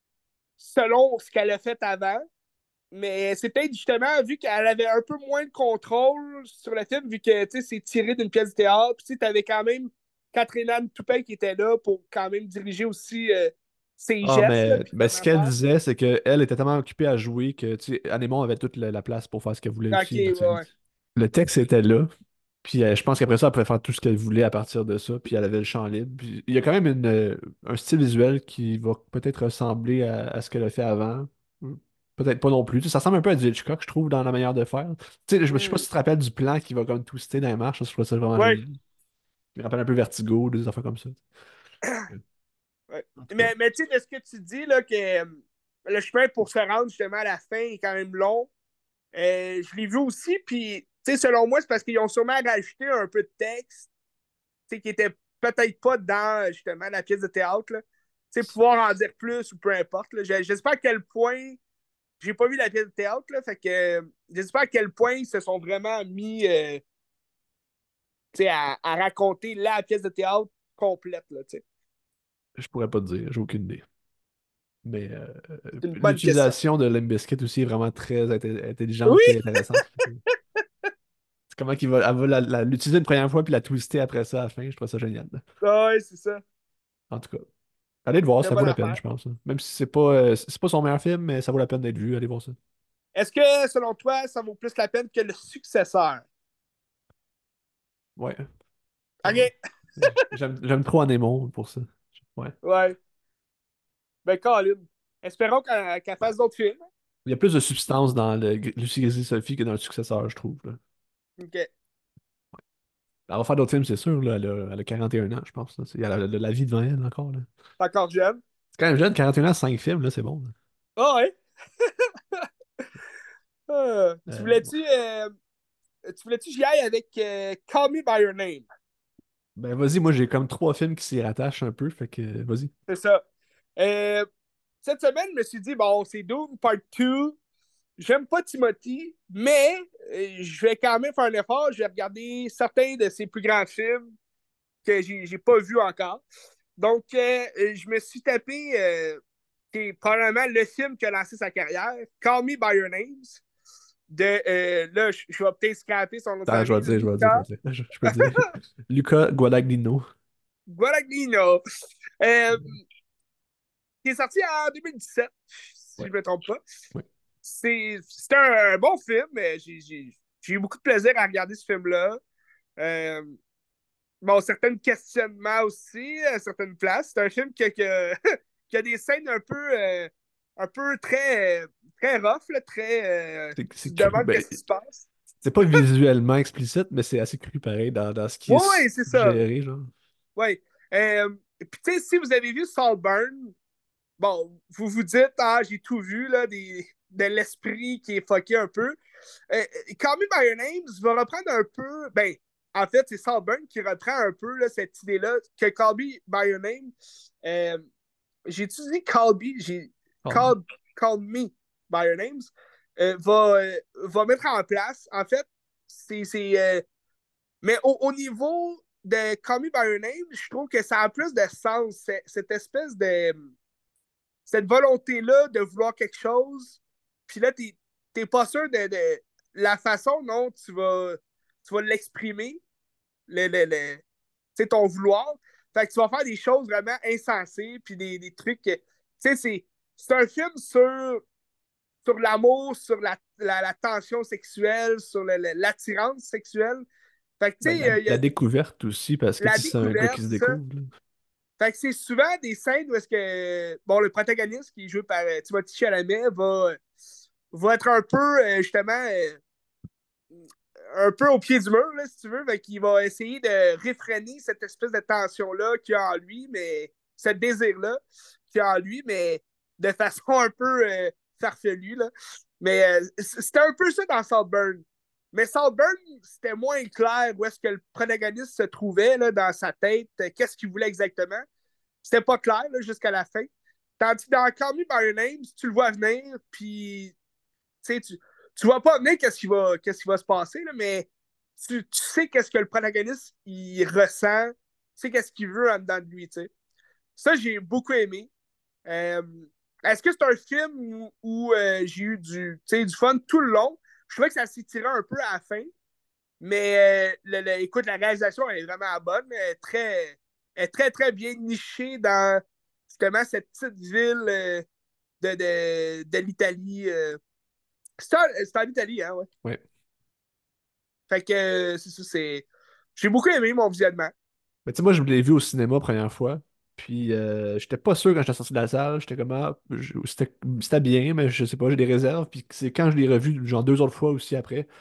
selon ce qu'elle a fait avant, mais c'est peut-être justement vu qu'elle avait un peu moins de contrôle sur le film, vu que tu sais, c'est tiré d'une pièce de théâtre. Puis tu avais quand même Catherine Anne Toupin qui était là pour quand même diriger aussi euh, ses Ah, gestes, là, mais puis ben, son ce qu'elle affaire. disait, c'est qu'elle était tellement occupée à jouer que, tu sais, Anémon avait toute la, la place pour faire ce qu'elle voulait Ok, aussi. Là, ouais, tu sais. ouais. Le texte était là. Puis euh, je pense qu'après ça, elle pouvait faire tout ce qu'elle voulait à partir de ça. Puis elle avait le champ libre. Puis il y a quand même une, euh, un style visuel qui va peut-être ressembler à, à ce qu'elle a fait avant. Hmm. Peut-être pas non plus. Tu sais, ça ressemble un peu à du Hitchcock, je trouve, dans la manière de faire. Tu sais, je, je sais pas Hmm. si tu te rappelles du plan qui va comme twister dans les marches. Ça, je trouve ça vraiment Ouais. génial. Il me rappelle un peu Vertigo, des affaires comme ça. Ouais. En tout cas, Mais, mais tu sais, de ce que tu dis, là, que euh, le chemin pour se rendre justement à la fin est quand même long, euh, je l'ai vu aussi, puis, tu sais, selon moi, c'est parce qu'ils ont sûrement rajouté un peu de texte, tu sais, qui était peut-être pas dans, justement, la pièce de théâtre, là. Tu sais, pouvoir en dire plus ou peu importe, là. Je, je sais pas à quel point, j'ai pas vu la pièce de théâtre, là, fait que euh, je sais pas à quel point ils se sont vraiment mis, euh, tu sais, à, à raconter la pièce de théâtre complète, là, tu sais. je pourrais pas te dire, j'ai aucune idée. Mais euh, C'est une bonne question. l'utilisation de Limp Bizkit aussi est vraiment très inté- intelligente Oui! et intéressante. C'est comment qu'il va, elle va la- la- l'utiliser une première fois puis la twister après ça à la fin. Je trouve ça génial. Ah ouais, c'est ça. En tout cas, allez le voir, Très ça vaut bonne la peine, affaire. je pense, hein. Même si c'est pas, euh, c'est pas son meilleur film, mais ça vaut la peine d'être vu. Allez voir ça. Est-ce que, selon toi, ça vaut plus la peine que le successeur? Ouais. OK. Ouais. J'aime j'aime trop Anémon pour ça. Ouais. Ouais. Ben, Colin. Espérons qu'elle qu'elle fasse d'autres films. Il y a plus de substance dans le Lucie Grisy Sophie que dans le successeur, je trouve, là. OK. Elle va faire d'autres films, c'est sûr, là. Elle a, elle a quarante et un ans, je pense, là. C'est- Elle a la, la vie devant elle encore, là. T'es encore jeune. C'est quand même jeune, quarante et un ans, cinq films, là, c'est bon, là. Ah ouais. Ah. Tu Euh, voulais-tu euh, tu voulais-tu que j'y aille avec euh, Call Me By Your Name? ben vas-y, moi j'ai comme trois films qui s'y rattachent un peu, fait que vas-y. C'est ça. Euh, cette semaine, je me suis dit, bon, c'est Doom Part deux. J'aime pas Timothy, mais euh, je vais quand même faire un effort. Je vais regarder certains de ses plus grands films que j'ai j'ai pas vus encore. Donc, euh, je me suis tapé, euh, c'est probablement le film qui a lancé sa carrière, Call Me By Your Names. De, euh, là, je, je vais peut-être scraper son nom de Attends, je vais famille, te dire, je vais te dire, je Luca vais te dire. Je, je peux te dire. Luca Guadagnino. Guadagnino, euh, qui est sorti en deux mille dix-sept, si Ouais, je ne me trompe pas. ouais. C'est c'est un bon film, mais j'ai j'ai- j'ai eu beaucoup de plaisir à regarder ce film-là. Euh, bon, certains questionnements aussi à certaines places. C'est un film qui a, qui a- qui a des scènes un peu, euh, un peu très, euh, très rough, là, très. Euh, C'est tu c'est te cru. demandes Ben, qu'est-ce qui se passe. c'est pas visuellement explicite, mais c'est assez cru pareil dans, dans ce qui Oui, est oui, c'est ça. suggéré, genre. Oui. Euh, Puis, tu sais, si vous avez vu Saltburn, bon, vous vous dites, ah, j'ai tout vu, là, des, de l'esprit qui est fucké un peu. Euh, Call Me By Your Names va reprendre un peu, ben, en fait, c'est Saltburn qui reprend un peu là, cette idée-là que Call Me By Your Name, euh, j'ai utilisé Call Me, j'ai Call me. Call, Call Me By Your Names, euh, va, euh, va mettre en place, en fait, c'est, c'est euh, mais au, au niveau de Call Me By Your Name, je trouve que ça a plus de sens, c'est- cette espèce de, cette volonté-là de vouloir quelque chose, puis là, t'es, t'es pas sûr de, de la façon dont tu vas, tu vas l'exprimer, le, le, le, tu ton vouloir. Fait que tu vas faire des choses vraiment insensées, puis des, des trucs. Tu sais, c'est, c'est un film sur, sur l'amour, sur la, la, la tension sexuelle, sur le- le- l'attirance sexuelle. Fait que, tu Ben, sais, la, il y a, il y la a découverte aussi, parce que la tu sais, c'est un gars qui découverte, se ça. découvre, là. Fait que c'est souvent des scènes où est-ce que, bon, le protagoniste qui est joué par euh, Timothée Chalamet va, va être un peu, euh, justement, euh, un peu au pied du mur, là, si tu veux. Fait qu'il va essayer de réfréner cette espèce de tension-là qu'il a en lui, mais ce désir-là qu'il a en lui, mais de façon un peu euh, farfelue, là. Mais euh, c'était un peu ça dans Saltburn. Mais Saltburn, c'était moins clair où est-ce que le protagoniste se trouvait là, dans sa tête, euh, qu'est-ce qu'il voulait exactement. C'était pas clair là, jusqu'à la fin. Tandis que dans Call Me By Your Name, tu le vois venir, puis tu sais, tu, tu vois pas venir qu'est-ce qui va, qu'est-ce qui va se passer, là, mais tu, tu sais qu'est-ce que le protagoniste il ressent, tu sais qu'est-ce qu'il veut en dedans de lui, tu sais. Ça, j'ai beaucoup aimé. Euh, Est-ce que c'est un film où, où, euh, j'ai eu du, tu sais, du fun tout le long? Je trouvais que ça s'étirait un peu à la fin, mais euh, le, le- écoute, la réalisation elle est vraiment bonne. Elle est très, elle est très, très bien nichée dans justement cette petite ville euh, de, de, de l'Italie. euh. C'est en, c'est en Italie, hein, ouais. Ouais. Fait que euh, c'est ça, c'est. J'ai beaucoup aimé mon visionnement. Mais tu sais, moi, je l'ai vu au cinéma première fois. Puis, euh, j'étais pas sûr quand j'étais sorti de la salle. J'étais comme, ah, je- c'était c'était bien, mais je sais pas, j'ai des réserves. Puis, c'est quand je l'ai revu, genre deux autres fois aussi après,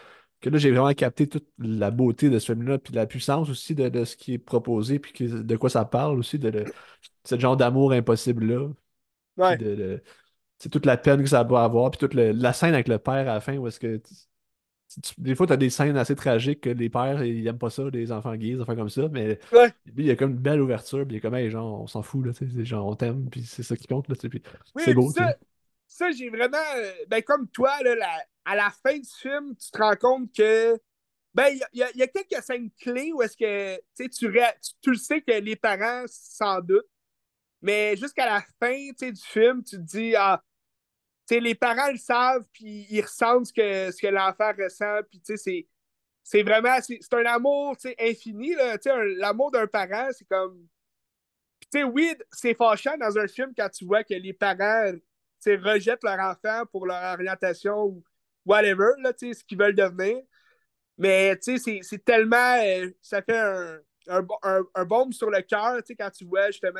que là, j'ai vraiment capté toute la beauté de ce film-là, puis la puissance aussi de, de ce qui est proposé, puis que- de quoi ça parle aussi, de, de ce genre d'amour impossible-là, puis Ouais, de, de- c'est toute la peine que ça doit avoir, puis toute le- la scène avec le père à la fin, où est-ce que tu- tu- des fois, tu as des scènes assez tragiques que les pères, ils aiment pas ça, les enfants gays, des affaires comme ça, mais ouais. lui, il y a comme une belle ouverture, puis il est comme, hey, genre, on s'en fout, là, tu sais, c'est genre, on t'aime, puis c'est ça qui compte, là, tu sais, puis Oui, c'est puis beau, tu sais. ça, ça j'ai vraiment. euh, Ben, comme toi, là, la- à la fin du film, tu te rends compte que. Ben, il y a, il y a- il y a quelques scènes clés où est-ce que tu, sais, tu, ré- tu, tu le sais que les parents s'en doutent, mais jusqu'à la fin tu sais, du film, tu te dis, ah, tu sais, les parents le savent, puis ils ressentent ce que, ce que l'enfant ressent, puis tu sais, c'est, c'est vraiment, c'est, c'est un amour tu sais, infini, là, tu sais, un- l'amour d'un parent, c'est comme. Tu sais, oui, c'est fâchant dans un film quand tu vois que les parents tu sais, rejettent leur enfant pour leur orientation ou whatever, là, tu sais, ce qu'ils veulent devenir. Mais tu sais, c'est, c'est tellement. euh, ça fait un, un, bo- un, un baume sur le cœur, tu sais, quand tu vois justement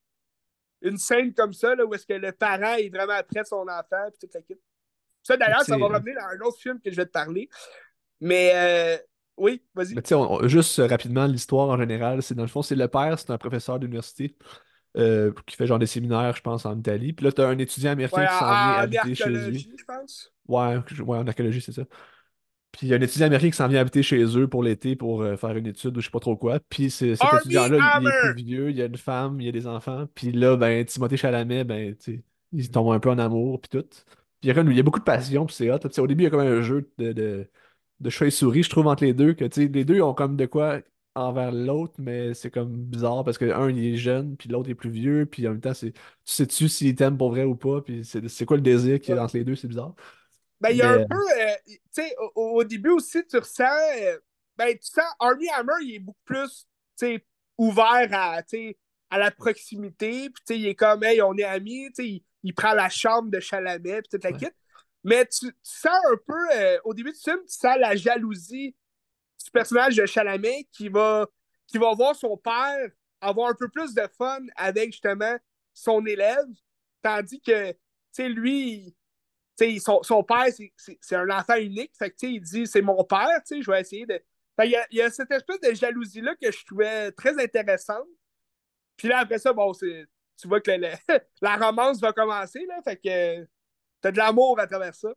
une scène comme ça, là, où est-ce que le parent est vraiment après son enfant, puis toute la kit. Ça, Mais d'ailleurs, tu ça va sais, euh, revenir dans un autre film que je vais te parler. Mais euh, oui, mais vas-y. tu sais, on- on- juste euh, rapidement, l'histoire en général, c'est dans le fond, c'est le père, c'est un professeur d'université euh, qui fait genre des séminaires, je pense, en Italie. Puis là, tu as un étudiant américain Ouais, qui s'en vient en, en habiter chez lui. archéologie, je pense. Ouais, je- ouais, en archéologie, c'est ça. Puis il y a un étudiant américain qui s'en vient habiter chez eux pour l'été pour euh, faire une étude ou je sais pas trop quoi. Puis c'est- cet Army étudiant-là, il est plus Hammer! vieux, il y a une femme, il y a des enfants. Puis là, ben, Timothée Chalamet, ben, tu sais, il tombe un peu en amour, puis tout. Puis il y a, comme- il y a beaucoup de passion, puis c'est hot. Tu sais, au début, il y a comme un jeu de, de, de chat et souris, je trouve, entre les deux, que tu sais, les deux ont comme de quoi envers l'autre, mais c'est comme bizarre parce que un, il est jeune, puis l'autre est plus vieux, puis en même temps, c'est, tu sais-tu s'il t'aime pour vrai ou pas, puis c'est c'est quoi le désir qu'il y a entre les deux, c'est bizarre. Ben, il y a un Mais peu, euh, tu sais, au, au début aussi, tu ressens, euh, ben, tu sens, Army Hammer, il est beaucoup plus, tu sais, ouvert à, tu sais, à la proximité, puis tu sais, il est comme, hey, on est amis, tu sais, il, il prend la chambre de Chalamet, puis toute la ouais. kit. Mais tu, tu sens un peu, euh, au début du film, tu sens la jalousie du personnage de Chalamet qui va, qui va voir son père avoir un peu plus de fun avec, justement, son élève, tandis que, tu sais, lui, T'sais, son, son père, c'est, c'est, c'est un enfant unique. Fait que, il dit, c'est mon père, je vais essayer de. Fait, il, y a, il y a cette espèce de jalousie-là que je trouvais très intéressante. Puis là, après ça, bon, c'est, tu vois que le- le- la romance va commencer, là. Fait que t'as de l'amour à travers ça.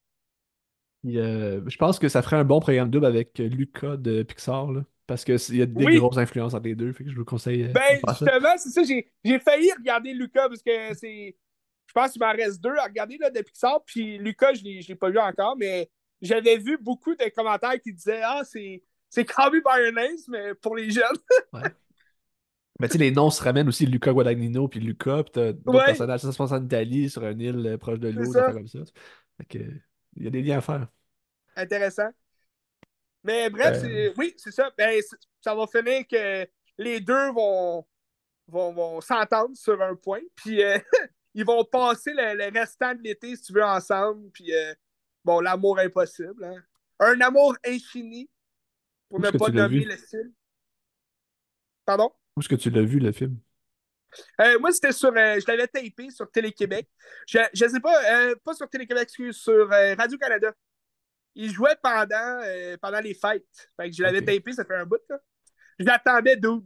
Il, euh, je pense que ça ferait un bon programme double avec euh, Lucas de Pixar, là, parce qu'il y a des Oui, grosses influences entre les deux, fait que je vous conseille euh, de ben faire ça. justement, c'est ça, j'ai, j'ai failli regarder Lucas parce que c'est. Je pense qu'il m'en reste deux à regarder là, de Pixar. Puis Lucas, je ne l'ai je l'ai pas vu encore, mais j'avais vu beaucoup de commentaires qui disaient Ah, c'est, c'est Call Me By Your Name, mais pour les jeunes. Ouais. Mais tu sais, les noms se ramènent aussi Luca Guadagnino puis Luca, puis t'as d'autres Ouais, personnages, ça se passe en Italie, sur une île euh, proche de c'est l'eau, des affaires ça. comme ça. Fait que, il y a des liens à faire. Intéressant. Mais bref, Euh, c'est, oui, c'est ça. Ben, c'est- ça va finir que les deux vont, vont, vont s'entendre sur un point. Puis euh, ils vont passer le, le restant de l'été, si tu veux, ensemble. Puis euh, bon, l'amour impossible. Hein. Un amour infini, pour où ne est-ce que pas tu l'as nommer vu? le style. Pardon? Où est-ce que tu l'as vu, le film? Euh, moi, c'était sur. Euh, je l'avais tapé sur Télé-Québec. Je, je sais pas, euh, pas sur Télé-Québec, excuse, sur euh, Radio-Canada. Il jouait pendant, euh, pendant les fêtes. Fait que je l'avais OK. tapé, ça fait un bout, là. Je l'attendais d'où?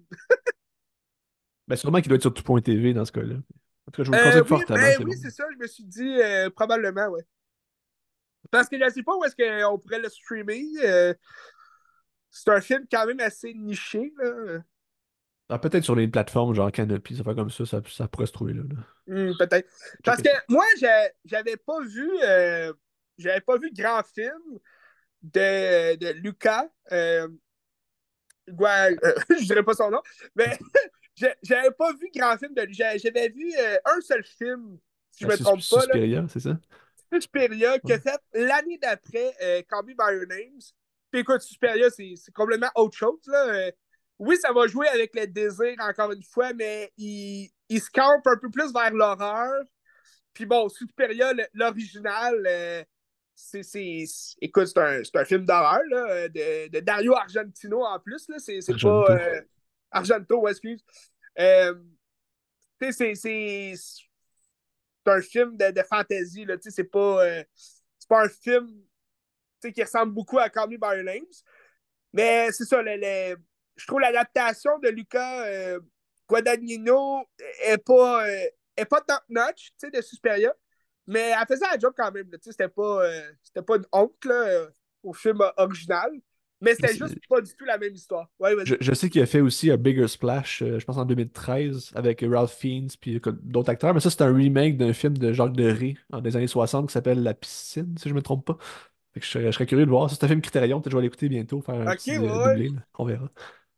Ben, sûrement qu'il doit être sur tout.tv dans ce cas-là. En tout cas, je vous le Euh, conseille oui, fortement, ben c'est oui, bon. c'est ça, je me suis dit euh, probablement, ouais. Parce que je sais pas où est-ce qu'on pourrait le streamer. Euh, c'est un film quand même assez niché, là. Ah, peut-être sur les plateformes genre Canopy, ça fait comme ça, ça, ça pourrait se trouver là, là. Hmm, peut-être. Parce Checker que ça. moi, j'ai- j'avais pas vu euh, j'avais pas vu grand film de, de Lucas. Euh, ouais, euh, je dirais pas son nom, mais j'ai- j'avais pas vu grand film de lui. J'ai- J'avais vu euh, un seul film, si je Ah, me Sus- trompe pas, là. Suspiria, c'est ça? Suspiria, qui Ouais. a fait l'année d'après euh, Call Me By Your Names. Puis écoute, Suspiria, c'est c'est complètement autre chose. Là. Euh, oui, ça va jouer avec le désir, encore une fois, mais il, il se campe un peu plus vers l'horreur. Puis bon, Suspiria, le- l'original, euh, c'est, c'est, c'est- écoute, c'est un, c'est un film d'horreur là, de, de Dario Argentino en plus. Là. C'est, c'est pas Argento. euh, Argento, ouais, excuse. Euh, tu sais, c'est, c'est, c'est un film de, de fantasy. Là, tu sais, c'est pas, euh, c'est pas un film. sais, qui ressemble beaucoup à Call Me By Your Names. Mais c'est ça, le, le- je trouve l'adaptation de Luca euh, Guadagnino est pas, euh, est pas top-notch, tu sais, de Suspiria. Mais elle faisait la job quand même. Là, tu sais, c'était pas, euh, c'était pas une honte là, euh, au film original. Mais Je c'était sais, juste pas du tout la même histoire. Ouais, je- vas-y. je sais qu'il a fait aussi un Bigger Splash, euh, je pense en deux mille treize, avec Ralph Fiennes puis euh, d'autres acteurs. Mais ça, c'est un remake d'un film de Jacques Deray en des années soixante qui s'appelle La Piscine, si je me trompe pas. Fait que je serais, je serais curieux de voir. Ça, c'est un film Criterion, peut-être que je vais l'écouter bientôt, faire un Ok, ouais, petit euh, ouais. doublé, là. On verra.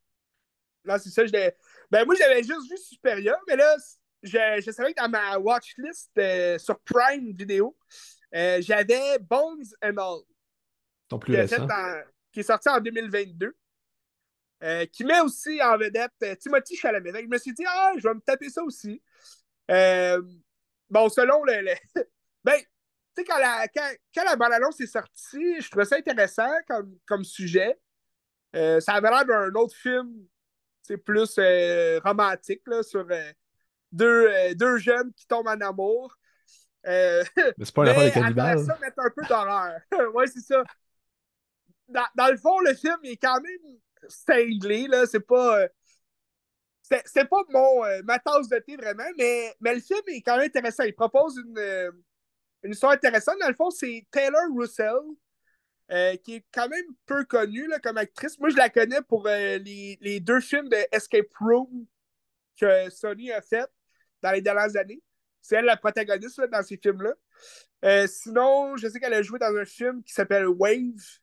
Non, c'est ça. Je l'ai- ben, moi, j'avais juste vu Superior, mais là, je, je savais que dans ma watchlist euh, sur Prime Vidéo, euh, j'avais Bones and All, Ils sont plus qui est, fait récents. en- qui est sorti en deux mille vingt-deux, euh, qui met aussi en vedette euh, Timothy Chalamet. Donc, je me suis dit, ah, je vais me taper ça aussi. Euh, bon, selon le. le- ben, tu sais, quand la, quand, quand la bande-annonce est sortie, je trouvais ça intéressant comme, comme sujet. Euh, ça avait l'air d'un autre film, c'est plus euh, romantique, là, sur euh, deux, euh, deux jeunes qui tombent en amour. Euh, Mais c'est pas une affaire de mais après cannibale. ça, mettre un peu d'horreur. Ouais, c'est ça. Dans, dans le fond, le film est quand même cinglé, là. C'est pas. euh, c'est, c'est pas mon, euh, ma tasse de thé vraiment, mais, mais le film est quand même intéressant. Il propose une, euh, une histoire intéressante. Dans le fond, c'est Taylor Russell, euh, qui est quand même peu connue là, comme actrice. Moi, je la connais pour euh, les, les deux films de Escape Room que Sony a fait dans les dernières années. C'est elle la protagoniste là, dans ces films-là. Euh, sinon, je sais qu'elle a joué dans un film qui s'appelle Wave.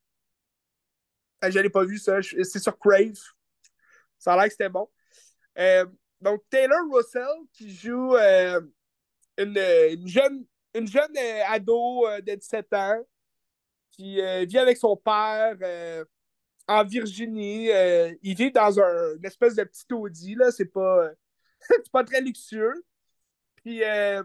Ah, je l'ai pas vu, ça. C'est sur Crave. Ça a l'air que c'était bon. Euh, donc, Taylor Russell qui joue euh, une, une, jeune, une jeune euh, ado euh, de dix-sept ans qui euh, vit avec son père euh, en Virginie. Euh, ils vivent dans un, une espèce de petit Audi. Là. C'est pas, c'est pas très luxueux. Puis, euh,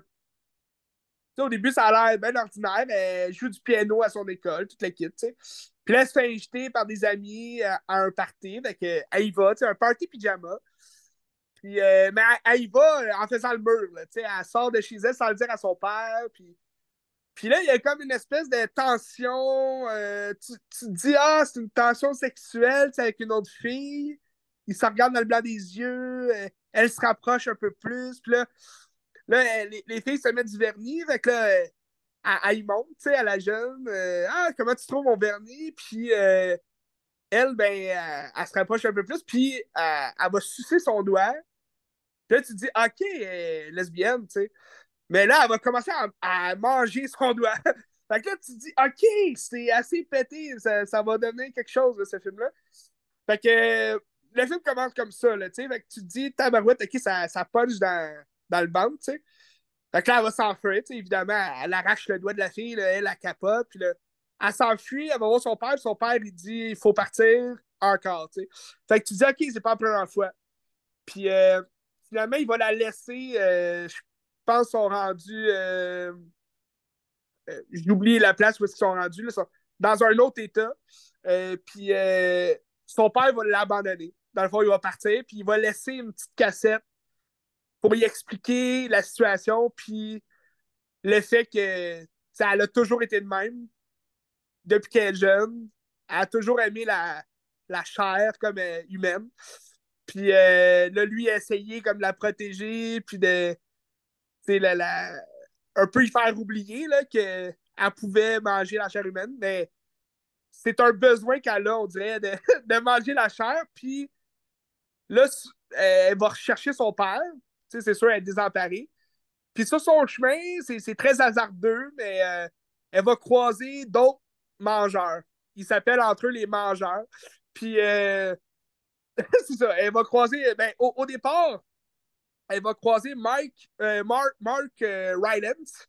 au début, ça a l'air bien ordinaire. Elle joue du piano à son école, toute l'équipe. Puis là, elle se fait inviter par des amis à, à un party. Fait que, elle y va, un party pyjama. Puis, euh, mais elle, elle, y va euh, en faisant le mur. Là, elle sort de chez elle sans le dire à son père. Puis, puis là, il y a comme une espèce de tension. Euh, tu, tu te dis, ah, c'est une tension sexuelle avec une autre fille. Ils se regardent dans le blanc des yeux. Euh, elle se rapproche un peu plus. Puis là, là les, les filles se mettent du vernis. Fait que là, euh, elle, elle y monte, tu sais, à la jeune. Euh, ah, comment tu trouves mon vernis? Puis euh, elle, ben, elle, elle se rapproche un peu plus. Puis elle, elle va sucer son doigt. Puis là, tu te dis, OK, elle est lesbienne, tu sais. Mais là, elle va commencer à, à manger son doigt. Fait que là, tu te dis, OK, c'est assez pété, ça, ça va donner quelque chose, là, ce film-là. Fait que euh, le film commence comme ça, là, tu sais. Fait que tu te dis, tabarouette, OK, ça, ça punch dans, dans le ventre, tu sais. Fait que là, elle va s'enfuir, tu sais, évidemment, elle arrache le doigt de la fille, là, elle, la capote, puis là, elle s'enfuit, elle va voir son père, puis son père, il dit, il faut partir encore, tu sais. Fait que tu te dis, OK, c'est pas la première fois. Puis euh, finalement, il va la laisser, euh, je pense, qu'ils sont rendus. Euh, euh, J'oublie la place où ils sont rendus, là, sont dans un autre état. Euh, puis euh, son père va l'abandonner. Dans le fond, il va partir, puis il va laisser une petite cassette pour y expliquer la situation, puis le fait que ça elle a toujours été de même depuis qu'elle est jeune. Elle a toujours aimé la, la chair comme euh, humaine. Puis euh, là, lui a essayé comme de la protéger, puis de la, la, un peu y faire oublier là, qu'elle pouvait manger la chair humaine, mais c'est un besoin qu'elle a, on dirait, de, de manger la chair. Puis là, elle va rechercher son père. C'est sûr, elle est désemparée. Puis sur son chemin, c'est très hasardeux, mais euh, elle va croiser d'autres mangeurs. Ils s'appellent entre eux les mangeurs. Puis euh, c'est ça, elle va croiser, ben, au, au départ, elle va croiser Mike, euh, Mark, Mark euh, Rylance,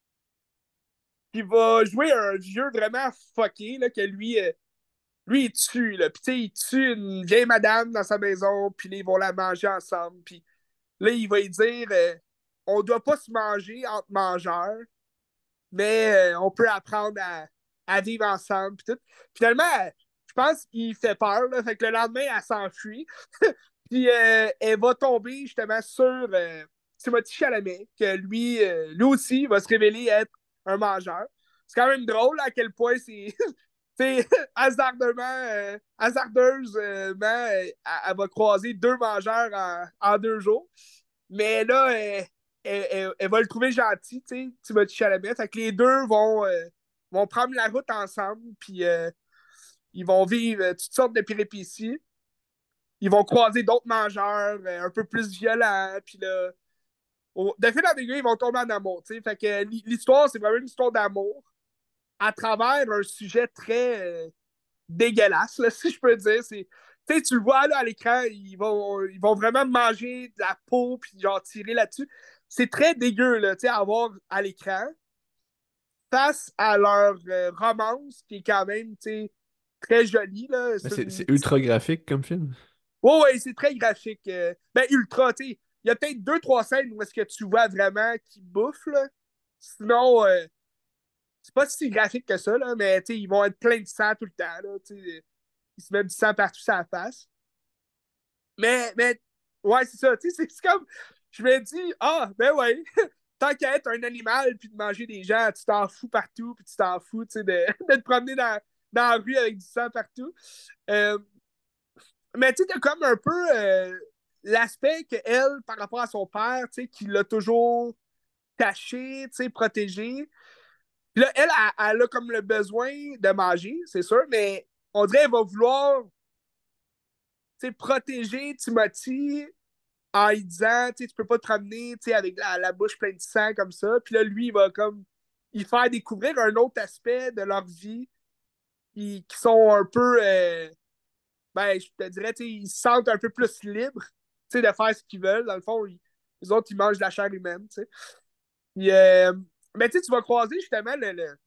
qui va jouer un vieux vraiment fucké, là, que lui, euh, lui, il tue, là. Puis, tu sais, il tue une vieille madame dans sa maison, puis là, ils vont la manger ensemble. Puis là, il va lui dire euh, on doit pas se manger entre mangeurs, mais euh, on peut apprendre à, à vivre ensemble. Puis tout. Finalement, je pense qu'il fait peur, là. Fait que le lendemain, elle s'enfuit. Puis euh, elle va tomber justement sur euh, Timothée Chalamet, que lui, euh, lui aussi va se révéler être un mangeur. C'est quand même drôle à quel point c'est tu sais, hasardement, euh, hasardeusement, euh, elle, elle va croiser deux mangeurs en, en deux jours. Mais là, elle, elle, elle- elle va le trouver gentil, tu sais, Timothée Chalamet. Fait que les deux vont, euh, vont prendre la route ensemble, puis euh, ils vont vivre euh, toutes sortes de péripéties. Ils vont croiser d'autres mangeurs euh, un peu plus violents, puis là, au- de fil en aiguille, ils vont tomber en amour, tu sais. Fait que euh, l'histoire, c'est vraiment une histoire d'amour à travers un sujet très euh, dégueulasse, là, si je peux dire. C'est, tu sais, tu le vois là, à l'écran, ils vont, ils vont vraiment manger de la peau puis genre tirer là-dessus. C'est très dégueu là, tu sais, à voir à l'écran face à leur euh, romance qui est quand même, tu sais, très jolie. Là. Mais C'est c'est une... c'est ultra graphique comme film. Ouais, ouais, c'est très graphique. euh, Ben, ultra, tu sais. Il y a peut-être deux, trois scènes où est-ce que tu vois vraiment qui bouffe, là. Sinon, euh, c'est pas si graphique que ça, là, mais tu sais, ils vont être pleins de sang tout le temps, là, tu sais. Ils se mettent du sang partout sur la face. Mais, mais ouais, c'est ça. Tu sais, c'est comme. Je me dis, ah, ben ouais, tant qu'à être un animal puis de manger des gens, tu t'en fous partout, puis tu t'en fous, tu sais, de, de te promener dans, dans la rue avec du sang partout. Euh, mais tu sais, t'as comme un peu euh, l'aspect qu'elle, par rapport à son père, tu sais, qui l'a toujours caché, tu sais, protégé. Puis là, elle, elle, elle a comme le besoin de manger, c'est sûr, mais on dirait qu'elle va vouloir, tu sais, protéger Timothy en lui disant, tu sais, tu peux pas te promener, tu sais, avec la, la bouche pleine de sang comme ça. Puis là, lui, il va comme, il faire découvrir un autre aspect de leur vie qui, qui sont un peu, euh, ben, je te dirais, tu sais, ils se sentent un peu plus libres, tu sais, de faire ce qu'ils veulent. Dans le fond, ils, les autres, ils mangent de la chair humaine, tu sais. Puis, euh, mais tu sais, tu vas croiser justement le, le-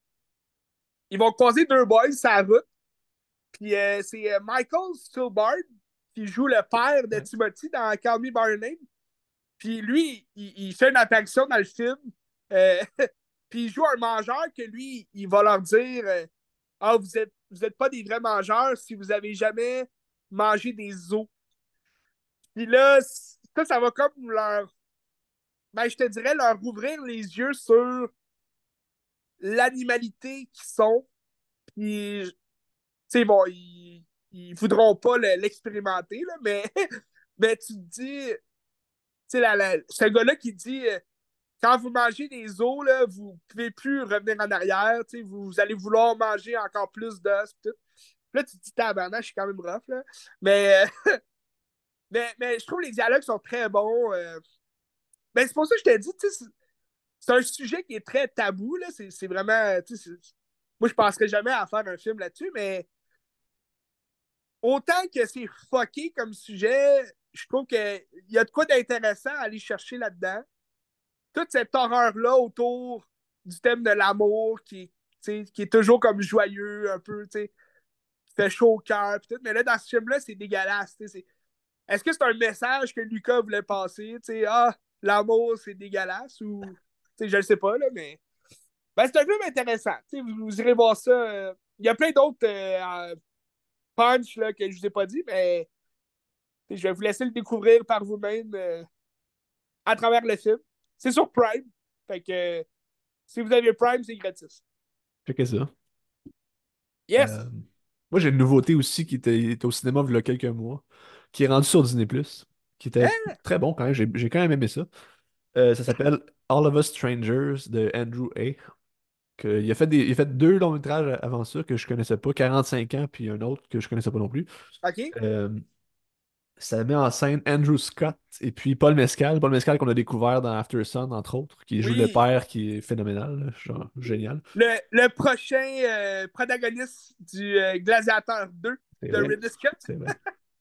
ils vont croiser deux boys sur la route. Puis euh, c'est euh, Michael Stuhlbarg qui joue le père de Ouais. Timothy dans Call Me By Your Name. Puis lui, il, il fait une apparition dans le film. Euh, puis il joue un mangeur que lui, il va leur dire euh, ah, vous êtes, vous êtes pas des vrais mangeurs si vous avez jamais mangé des os. Puis là, ça, ça va comme leur. Ben, je te dirais, leur ouvrir les yeux sur l'animalité qu'ils sont. Puis, tu sais, bon, ils, ils voudront pas le- l'expérimenter, là, mais, mais tu te dis, tu sais, la, la, ce gars-là qui dit euh, quand vous mangez des os, là, vous ne pouvez plus revenir en arrière, vous, vous allez vouloir manger encore plus d'os. Tout. Là, tu te dis, tabarnak, je suis quand même rough. Là. Mais, euh, mais, mais je trouve que les dialogues sont très bons. Euh. Ben, c'est pour ça que je te dis, c'est, c'est un sujet qui est très tabou. Là. C'est, c'est vraiment. C'est, moi, je ne penserais jamais à faire un film là-dessus, mais autant que c'est fucké comme sujet, je trouve qu'il y a de quoi d'intéressant à aller chercher là-dedans. Toute cette horreur-là autour du thème de l'amour qui, qui est toujours comme joyeux, un peu, tu sais, qui fait chaud au cœur. Mais là, dans ce film-là, c'est dégueulasse. C'est... Est-ce que c'est un message que Lucas voulait passer? T'sais, ah, l'amour, c'est dégueulasse ou. T'sais, je ne sais pas, là, mais. Ben, c'est un film intéressant. Vous, vous, irez voir ça. Euh... Il y a plein d'autres euh, punch là, que je ne vous ai pas dit, mais je vais vous laisser le découvrir par vous-même euh, à travers le film. C'est sur Prime. Fait que euh, si vous avez Prime, c'est gratis. Checkez ça. Yes! Euh, Moi, j'ai une nouveauté aussi qui était, était au cinéma il y a quelques mois, qui est rendue sur Disney+, qui était Hein? très bon quand même. J'ai j'ai quand même aimé ça. Euh, ça s'appelle All of Us Strangers de Andrew A. Que- il a fait des, il a fait deux longs métrages avant ça que je connaissais pas, quarante-cinq ans, puis un autre que je connaissais pas non plus. OK? Euh, Ça met en scène Andrew Scott et puis Paul Mescal. Paul Mescal qu'on a découvert dans After Sun, entre autres, qui joue le Oui. père qui est phénoménal, là, genre génial. Le, le prochain euh, protagoniste du euh, Gladiateur deux C'est de vrai, Ridley Scott, c'est vrai.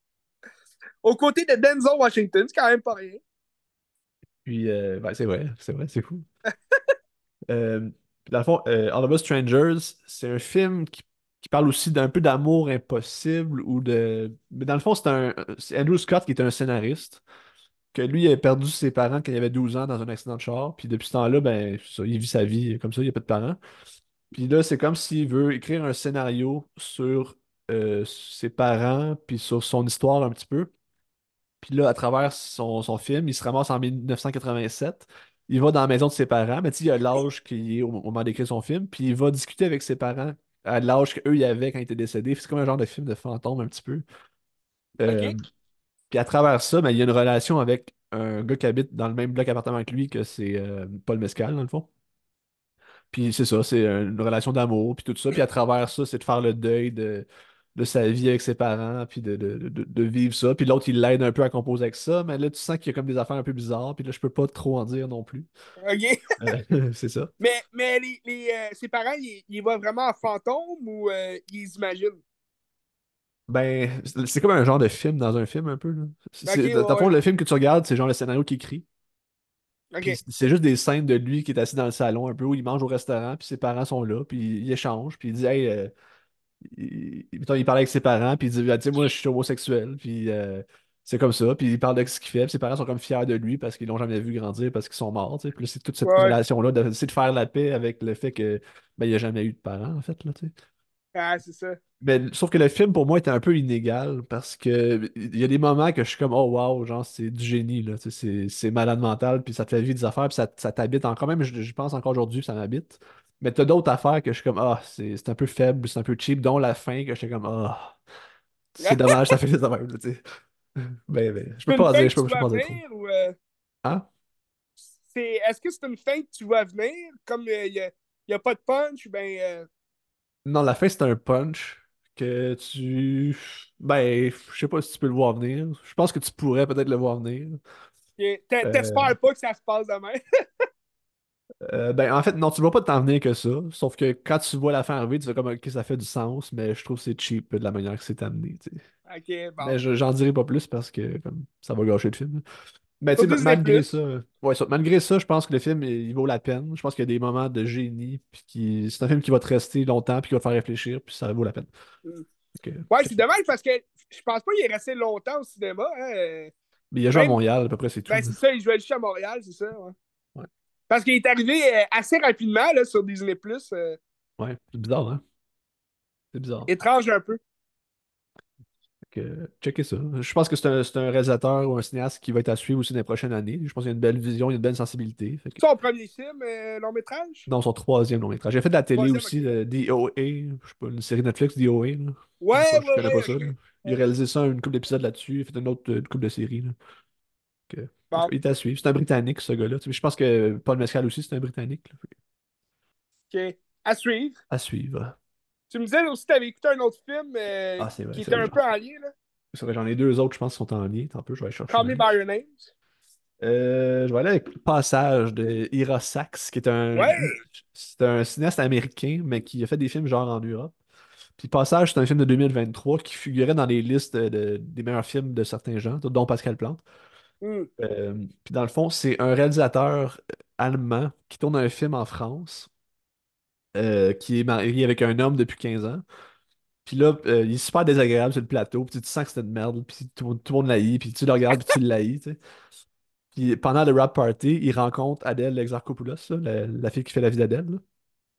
aux côtés de Denzel Washington, c'est quand même pas rien. Puis, euh, ben, c'est vrai, c'est vrai, c'est fou. Euh, puis dans le fond, euh, All of Us Strangers, c'est un film qui, qui parle aussi d'un peu d'amour impossible ou de. Mais dans le fond, c'est un. C'est Andrew Scott qui est un scénariste, que lui, il a perdu ses parents quand il avait douze ans dans un accident de char. Puis depuis ce temps-là, ben, c'est ça, il vit sa vie comme ça, il n'y a pas de parents. Puis là, c'est comme s'il veut écrire un scénario sur euh, ses parents, puis sur son histoire un petit peu. Puis là, à travers son, son film, il se ramasse en mille neuf cent quatre-vingt-sept. Il va dans la maison de ses parents, mais tu sais, il a l'âge qu'il est au au moment d'écrire son film, puis il va discuter avec ses parents à l'âge qu'eux y avaient quand ils étaient décédés. C'est comme un genre de film de fantôme un petit peu. Euh, OK? Puis à travers ça, ben, il y a une relation avec un gars qui habite dans le même bloc appartement que lui, que c'est euh, Paul Mescal, dans le fond. Puis c'est ça, c'est une relation d'amour, puis tout ça. Puis à travers ça, c'est de faire le deuil de, de sa vie avec ses parents, puis de, de, de, de vivre ça. Puis l'autre, il l'aide un peu à composer avec ça, mais là, tu sens qu'il y a comme des affaires un peu bizarres, puis là, je peux pas trop en dire non plus. OK. Euh, c'est ça. Mais, mais les, les, euh, ses parents, ils, ils voient vraiment en fantôme ou euh, ils imaginent? Ben, c'est c'est comme un genre de film dans un film, un peu, là. OK, C'est, ouais, dans le fond, ouais. le film que tu regardes, c'est genre le scénario qui écrit. Puis OK. c'est juste des scènes de lui qui est assis dans le salon, un peu, où il mange au restaurant, puis ses parents sont là, puis il échange, puis il dit, hey, euh, il, il- mettons, il parle avec ses parents, puis il dit, ah, tu sais, moi, je suis homosexuel, puis euh, c'est comme ça, puis il parle de ce qu'il fait, puis ses parents sont comme fiers de lui parce qu'ils l'ont jamais vu grandir, parce qu'ils sont morts, tu sais. Puis là, c'est toute cette Ouais, ouais. relation-là, d'essayer de faire la paix avec le fait que, ben, il n'y a jamais eu de parents, en fait, là, tu sais. Ah, c'est ça. Mais sauf que le film, pour moi, était un peu inégal parce que il y a des moments que je suis comme, oh wow, genre, c'est du génie, là. Tu sais, C'est c'est malade mental, puis ça te fait vivre des affaires, puis ça, ça t'habite encore. Même, je, je pense encore aujourd'hui, ça m'habite. Mais t'as d'autres affaires que je suis comme, ah, c'est c'est un peu faible, c'est un peu cheap, dont la fin que j'étais comme, ah, c'est dommage, ça fait des affaires, là, tu sais. Ben, ben, je peux C'est une pas en fin dire, que je peux, tu je peux vois pas en dire trop. venir ou euh, Hein? c'est est-ce que c'est une fin que tu vois venir comme il n'y a, y a pas de punch ou ben euh, Non, la fin, c'est un punch que tu. Ben, je sais pas si tu peux le voir venir. Je pense que tu pourrais peut-être le voir venir. y- t'es- Euh, t'espères pas que ça se passe demain? Euh, ben, en fait, non, tu ne vois pas t'en venir que ça. Sauf que quand tu vois la fin arriver, tu fais comme, ok, ça fait du sens, mais je trouve que c'est cheap de la manière que c'est amené, tu sais. OK, Mais bon. je- j'en dirai pas plus parce que comme, ça va gâcher le film. Mais tu Faut sais, ma- Disney malgré Plus. ça, euh, ouais, ça, malgré ça, je pense que le film, il, il vaut la peine. Je pense qu'il y a des moments de génie, puis qui, c'est un film qui va te rester longtemps, puis qui va te faire réfléchir, puis ça vaut la peine. Donc, euh, Ouais, check c'est ça. dommage parce que je pense pas qu'il est resté longtemps au cinéma. Hein. euh, Mais il a joué à Même, Montréal, à peu près, c'est tout, ben là. c'est ça, il jouait juste à Montréal, c'est ça. Ouais. Ouais, Parce qu'il est arrivé euh, assez rapidement là, sur Disney Plus. euh, ouais, c'est bizarre, hein? C'est bizarre. étrange un peu. Donc, euh, checkez ça. Je pense que c'est un, c'est un réalisateur ou un cinéaste qui va être à suivre aussi dans les prochaines années. Je pense qu'il y a une belle vision, il y a une belle sensibilité. Fait que- Son premier film, euh, long métrage? Non, son troisième long métrage. J'ai fait de la télé Troisième, aussi, ok. le D O A, je sais pas, une série Netflix, D O A, là. Je sais Ouais, pas, je ouais, connais pas ouais, ça, ok. là. Il a Ouais. réalisé ça, une couple d'épisodes là-dessus, il a fait une autre une couple de séries, là. Donc, euh, en tout Bon, cas, il est à suivre. C'est un Britannique, ce gars-là. Tu sais, je pense que Paul Mescal aussi, c'est un Britannique, là. Fait que, ok. À suivre. à suivre. Tu me disais aussi que tu avais écouté un autre film euh, Ah, c'est vrai, qui c'est était vrai, un j'en peu en lien, là. c'est vrai, j'en ai deux autres, je pense, qui sont en lien. Tant peu, je vais aller chercher Call Me là. By Your Names. Euh, je vais aller avec le Passage de Ira Sachs, qui est un, Ouais. c'est un cinéaste américain, mais qui a fait des films genre en Europe. Puis Passage, c'est un film de deux mille vingt-trois qui figurait dans les listes de- des meilleurs films de certains gens, dont Pascal Plante. Hmm. Euh, puis dans le fond, c'est un réalisateur allemand qui tourne un film en France, euh, qui est marié avec un homme depuis quinze ans. Puis là, euh, il est super désagréable sur le plateau, puis tu sens que c'est une merde, puis tout, tout le monde l'haït, puis tu le regardes, puis tu l'haïs, tu sais. Puis pendant le rap party, il rencontre Adèle Exarchopoulos, là, la, la fille qui fait la vie d'Adèle, là.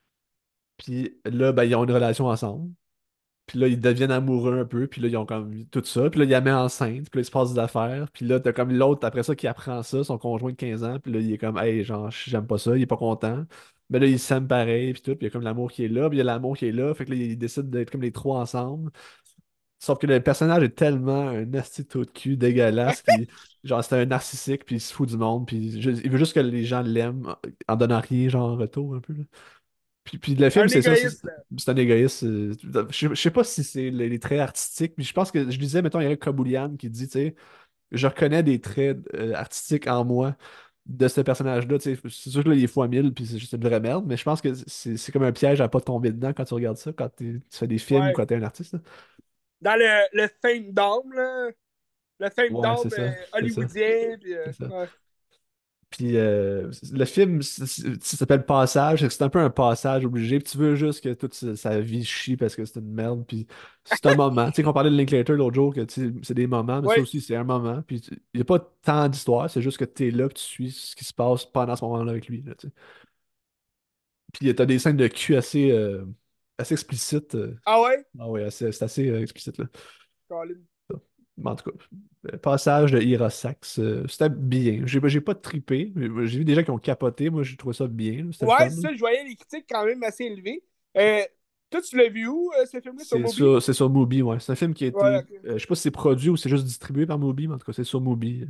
Puis là, ben, ils ont une relation ensemble. Puis là, ils deviennent amoureux un peu. Puis là, ils ont comme tout ça. Puis là, il la met enceinte. Puis là, il se passe des affaires. Puis là, t'as comme l'autre après ça qui apprend ça, son conjoint de quinze ans. Puis là, il est comme, hey, genre, j'aime pas ça. Il est pas content. Mais là, il s'aime pareil. Puis tout. Puis il y a comme l'amour qui est là. Puis il y a l'amour qui est là. Fait que là, ils décident d'être comme les trois ensemble. Sauf que le personnage est tellement un asti de trou de cul dégueulasse qui, genre, c'est un narcissique. Puis il se fout du monde. Puis ju- il veut juste que les gens l'aiment en donnant rien, genre, en retour un peu, là. Puis, puis le film, Un c'est ça, c'est égoïste, là. c'est un égoïste. euh, Je sais je sais pas si c'est les, les traits artistiques, mais je pense que je disais, mettons, Eric Kaboulian qui dit, tu sais, je reconnais des traits euh, artistiques en moi de ce personnage-là. Tu sais, c'est sûr que là, il est fois mille, puis c'est juste une vraie merde, mais je pense que c'est c'est comme un piège à pas tomber dedans quand tu regardes ça, quand t'es- tu fais des films ou Ouais. quand t'es un artiste, là. Dans le, le Fame Dome, là. Le Fame Ouais, c'est Dome ça, euh, c'est ça, hollywoodien. Puis, euh, c'est ça. ouais. Puis euh, le film c- c- ça s'appelle Passage, c'est que c'est un peu un passage obligé, puis tu veux juste que toute sa sa vie chie parce que c'est une merde, puis c'est un moment. Tu sais, qu'on parlait de Linklater l'autre jour, que tu sais, c'est des moments, mais ça Ouais. aussi c'est un moment, puis tu- il n'y a pas tant d'histoire, c'est juste que tu es là, que tu suis ce qui se passe pendant ce moment-là avec lui, là, tu sais. Puis t'as des scènes de cul assez, euh, assez explicites. euh. Ah ouais? Ah ouais, assez- c'est assez euh, explicite, là. Colin. Mais en tout cas, le passage de Ira Sachs, euh, c'était bien. J'ai j'ai pas trippé, mais j'ai vu des gens qui ont capoté. Moi, j'ai trouvé ça bien, là, c'était le Ouais, fun, c'est là. ça, je voyais les critiques quand même assez élevées. Euh, Toi, tu l'as vu où, euh, ce film-là, sur C'est Mubi? sur, c'est sur Mubi, ouais. C'est un film qui a Ouais, été. ok. Euh, je sais pas si c'est produit ou c'est juste distribué par Mubi, mais en tout cas, c'est sur Mubi.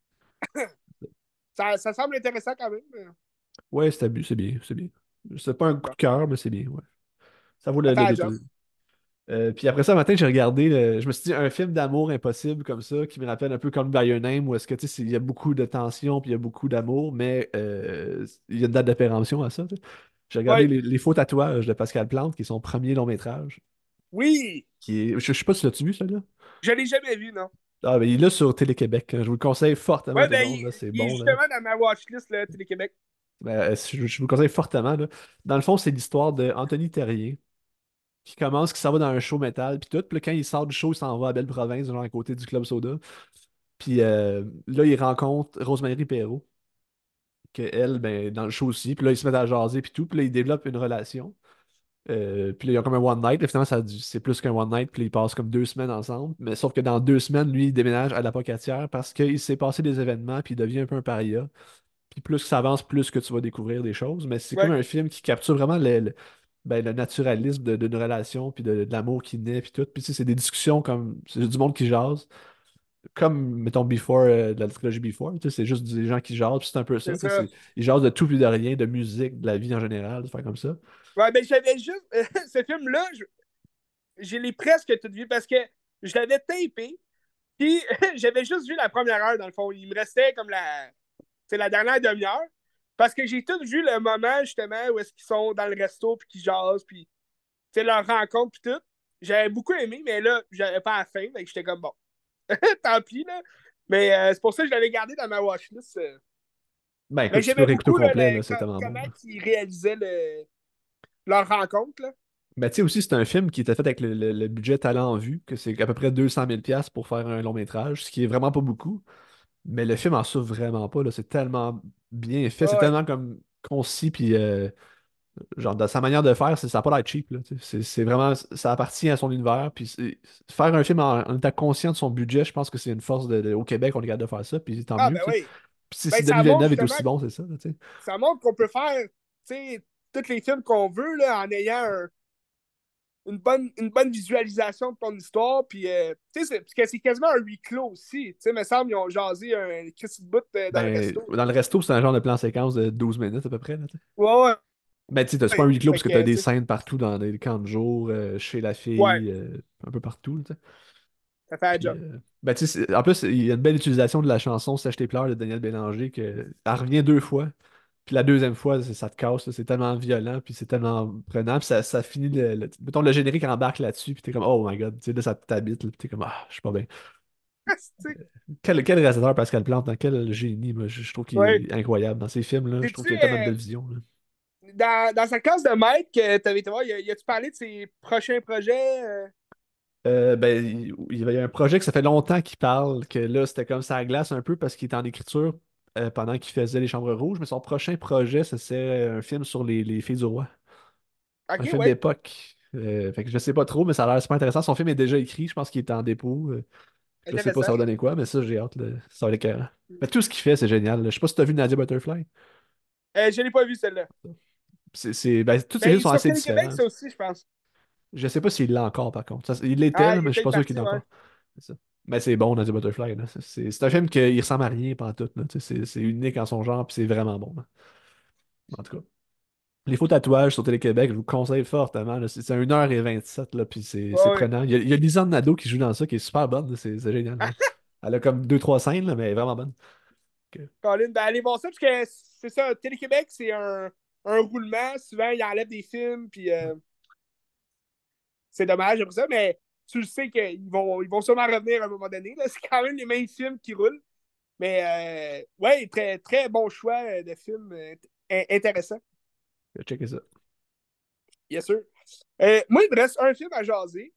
Ça, ça semble intéressant quand même. euh. Ouais, c'est abus- c'est bien, c'est bien. C'est pas un coup Bon, de cœur, mais c'est bien, ouais. Ça vaut ça le, fait le la job. détour. Euh, puis après ça, un matin, j'ai regardé, le- je me suis dit, un film d'amour impossible comme ça, qui me rappelle un peu comme By Your Name, où est-ce que, tu sais, c'est- il y a beaucoup de tension, puis il y a beaucoup d'amour, mais euh, il y a une date de péremption à ça, tu sais. J'ai regardé Ouais. les, les faux tatouages de Pascal Plante, qui est son premier long métrage, Oui, qui est, je, je sais pas si l'as-tu vu, celui-là? je l'ai jamais vu, non. Ah, mais il est là sur Télé-Québec. Je vous le conseille fortement à Ouais, tout le ben, monde, il, là, c'est il est bon, là. justement dans ma watchlist, là, Télé-Québec. Ben, euh, je, je vous le conseille fortement, là. Dans le fond, c'est l'histoire d'Anthony Terrien, qui commence, qui s'en va dans un show métal, puis tout. Puis là, quand il sort du show, il s'en va à Belle-Province, genre à côté du Club Soda. Puis euh, là, il rencontre Rosemary Perrault, que elle, ben, dans le show aussi. Puis là, ils se mettent à jaser, puis tout. Puis là, ils développent une relation. Euh, puis là, ils ont comme un one night. Là, finalement, ça, a du- c'est plus qu'un one night. Puis là, ils passent comme deux semaines ensemble. Mais sauf que dans deux semaines, lui, il déménage à la Pocatière parce qu'il s'est passé des événements, puis il devient un peu un paria. Puis plus que ça avance, plus que tu vas découvrir des choses. Mais c'est comme Ouais, un film qui capture vraiment le, le- ben, le naturalisme de- d'une relation, puis de, de l'amour qui naît, puis tout. Puis tu sais, c'est des discussions comme. C'est du monde qui jase. Comme, mettons, Before, euh, de la trilogie Before. Tu sais, c'est juste des gens qui jasent, puis c'est un peu ça. c'est Tu sais, ça. c'est- ils jasent de tout puis de rien, de musique, de la vie en général, de faire comme ça. Ouais, ben, j'avais juste. Ce film-là, je, je l'ai presque tout vu parce que je l'avais tapé, puis j'avais juste vu la première heure, dans le fond. Il me restait comme la, c'est la dernière demi-heure. Parce que j'ai tout vu le moment, justement, où est-ce qu'ils sont dans le resto, puis qu'ils jasent, puis leur rencontre, puis tout. J'avais beaucoup aimé, mais là, j'avais pas la fin, donc j'étais comme bon. Tant pis, là. Mais euh, c'est pour ça que je l'avais gardé dans ma watchlist. euh. Ben Mais écoute, tu peux j'aimais réécouter au beaucoup là, complet, le- là, c'est co- tellement bon, comment là. ils réalisaient le- leur rencontre. Là. Ben tu sais aussi, c'est un film qui était fait avec le, le- le budget talent en vue, que c'est à peu près deux cent mille pièces pour faire un long métrage, ce qui est vraiment pas beaucoup. Mais le film en souffre vraiment pas, là. C'est tellement bien fait, Ouais, c'est ouais, tellement comme concis, puis euh, genre dans sa manière de faire, c'est- ça n'a pas l'air cheap, là. Tu sais. C'est c'est vraiment, ça appartient à son univers. Puis c'est- faire un film en, en étant conscient de son budget, je pense que c'est une force de, de- au Québec, on est capable de faire ça, puis tant ah, mieux, ben tu sais. oui. Puis si si Ben, Denis ça montre Villeneuve est justement, aussi bon, c'est ça, là, tu sais. ça montre qu'on peut faire, tu sais, tous les films qu'on veut, là, en ayant un- une, bonne, une bonne visualisation de ton histoire. Puis, euh, tu sais, c'est- parce que c'est quasiment un huis clos aussi. Tu sais, il me semble, ils ont jasé un Christy de bout euh, dans le Ben, resto. dans le resto, c'est un genre de plan séquence de douze minutes à peu près, là, tu sais. Ouais, ouais. Ben, tu sais, c'est pas un Ouais. huis clos Fait parce que t'as que, des tu sais, scènes partout dans les camps de jour, euh, chez la ouais, fille, euh, un peu partout, tu sais. ça fait la Puis, job. euh, ben, tu sais, c'est- en plus, il y a une belle utilisation de la chanson Sèche tes pleurs de Daniel Bélanger, que, elle revient deux fois. Puis la deuxième fois, c'est- ça te casse, là, c'est tellement violent, puis c'est tellement prenant, puis ça, ça finit le, le- mettons, le générique embarque là-dessus, puis t'es comme, oh my god, tu sais, là, ça t'habite, là, puis t'es comme, ah, je suis pas bien. Tu sais, Quel, quel réalisateur Pascal Plante, hein, quel génie, moi, je, je trouve qu'il ouais. est incroyable dans ses films, là, je trouve T'es-tu, qu'il a tellement de euh, belles visions, là. dans, dans sa classe de maître que tu avais été voir, y a- y a-tu parlé de ses prochains projets? euh? Euh, ben, il il y avait un projet que ça fait longtemps qu'il parle, que là, c'était comme ça à glace un peu parce qu'il était en écriture euh, pendant qu'il faisait Les Chambres Rouges, mais son prochain projet, ce serait un film sur les, les filles du roi. Un Ok, film ouais, d'époque. Euh, fait que je sais pas trop, mais ça a l'air super intéressant. Son film est déjà écrit, je pense qu'il est en dépôt. Euh, je sais pas ça intéressant. va donner quoi, mais ça, j'ai hâte. Là. Ça va être écœurant. Mais tout ce qu'il fait, c'est génial. Là. Je sais pas si t'as vu Nadia Butterfly. Euh, je l'ai pas vu celle-là. C'est, c'est- ben, tous ses Ben, films il est sont sur assez Télé-Québec, différents. ça aussi, je pense. Je sais pas s'il l'a encore, par contre. Ça, il l'était, Ah, là, il est mais je suis peut-être pas sûr qu'il parti, l'a ouais. encore. C'est ça. Mais c'est bon, Nadia Butterfly. Là. C'est c'est- c'est un film qui ressemble à rien pendant tout. Là. Tu sais, C'est c'est unique en son genre, puis c'est vraiment bon. Là. En tout cas. Les faux tatouages sur Télé-Québec, je vous conseille fortement. Là. C'est c'est une heure vingt-sept, là, puis c'est c'est Ouais, ouais. prenant. Il y a, il y a Lisanne Nadeau qui joue dans ça, qui est super bonne. là. C'est c'est génial. Là. Elle a comme deux, trois scènes, là, mais elle est vraiment bonne. Ok. Colin, ben, allez voir ça, parce que c'est ça, Télé-Québec, c'est un, un roulement. Souvent, ils enlèvent des films, puis euh, c'est dommage pour ça, mais tu le sais qu'ils vont, ils vont sûrement revenir à un moment donné. Là. C'est quand même les mêmes films qui roulent. Mais, euh, ouais, très, très bon choix euh, de film euh, in- intéressant, Checker ça. bien sûr. Euh, moi, il me reste un film à jaser.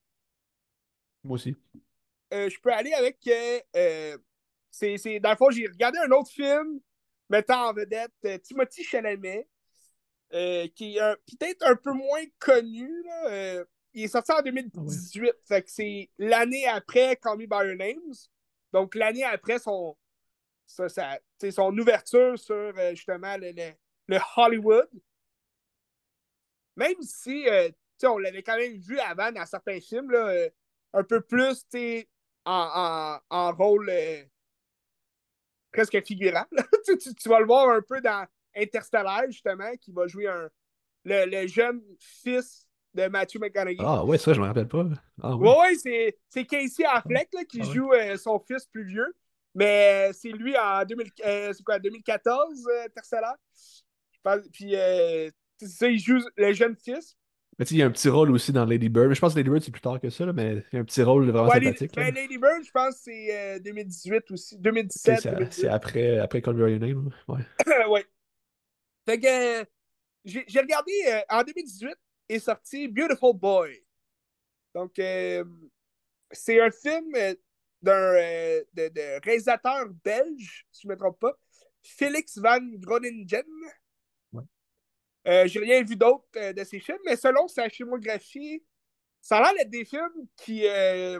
Moi aussi. Euh, je peux aller avec. Euh, euh, c'est, c'est, dans le fond, j'ai regardé un autre film mettant en vedette euh, Timothée Chalamet, euh, qui est un- peut-être un peu moins connu. Là. Euh, il est sorti en Ah ouais. deux mille dix-huit, fait que c'est l'année après Call Me By Your Names. Donc, l'année après son, ça, ça, son ouverture sur euh, justement le, le, le Hollywood. Même si euh, sais, on l'avait quand même vu avant dans certains films, là, euh, un peu plus, tu sais, en, en, en rôle euh, presque figurant. Là. tu, tu, tu vas le voir un peu dans Interstellar, justement, qui va jouer un, le, le jeune fils de Matthew McConaughey. Ah ouais, ça, je me rappelle pas. Ah Ouais, ouais. ouais, c'est, c'est Casey Ah, Affleck là, qui ah ouais. joue euh, son fils plus vieux. Mais euh, c'est lui en deux mille, euh, c'est quoi, deux mille quatorze, euh, Interstellar. Je pense- Puis, euh, c'est ça, il joue le jeune fils. Mais tu sais, il y a un petit rôle aussi dans Lady Bird. Mais je pense que Lady Bird, c'est plus tard que ça, là, mais il y a un petit rôle vraiment Ouais, Lady, sympathique, là. ben, Lady Bird, je pense que c'est euh, deux mille dix-huit aussi. Ok, deux mille dix-sept, c'est c'est deux mille dix-huit. après, après Call Me By Your Name, là. Ouais. Ouais. Fait que euh, j'ai j'ai regardé euh, en deux mille dix-huit est sorti Beautiful Boy. Donc, euh, c'est un film euh, d'un euh, de, de réalisateur belge, si je ne me trompe pas, Félix Van Groningen. Ouais. Euh, j'ai rien vu d'autre euh, de ses films, mais selon sa filmographie, ça a l'air d'être des films qui, euh,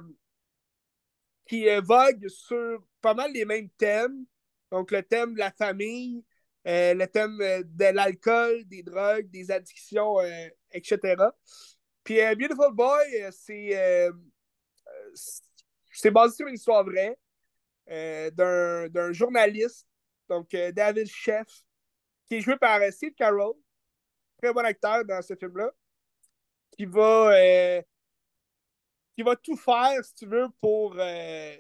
qui euh, voguent sur pas mal les mêmes thèmes. Donc, le thème de la famille, euh, le thème euh, de l'alcool, des drogues, des addictions, euh, et cetera. Puis, euh, Beautiful Boy, euh, c'est euh, c'est basé sur une histoire vraie euh, d'un, d'un journaliste, donc euh, David Sheff, qui est joué par euh, Steve Carell, très bon acteur dans ce film-là, qui va, euh, qui va tout faire, si tu veux, pour, euh,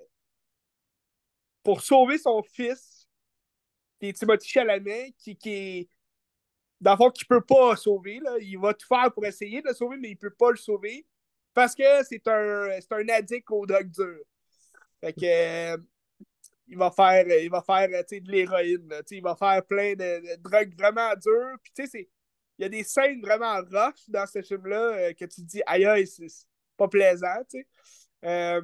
pour sauver son fils, qui est Timothée Chalamet, qui, qui est, dans le fond, qui ne peut pas sauver. Là. Il va tout faire pour essayer de le sauver, mais il ne peut pas le sauver parce que c'est un, c'est un addict aux drogues dures. Fait que, euh, il va faire, il va faire de l'héroïne. Là. Il va faire plein de, de drogues vraiment dures. Puis, tu sais, c'est, il y a des scènes vraiment rough dans ce film-là euh, que tu te dis, aïe, aïe, c'est pas plaisant. Tu sais. Euh,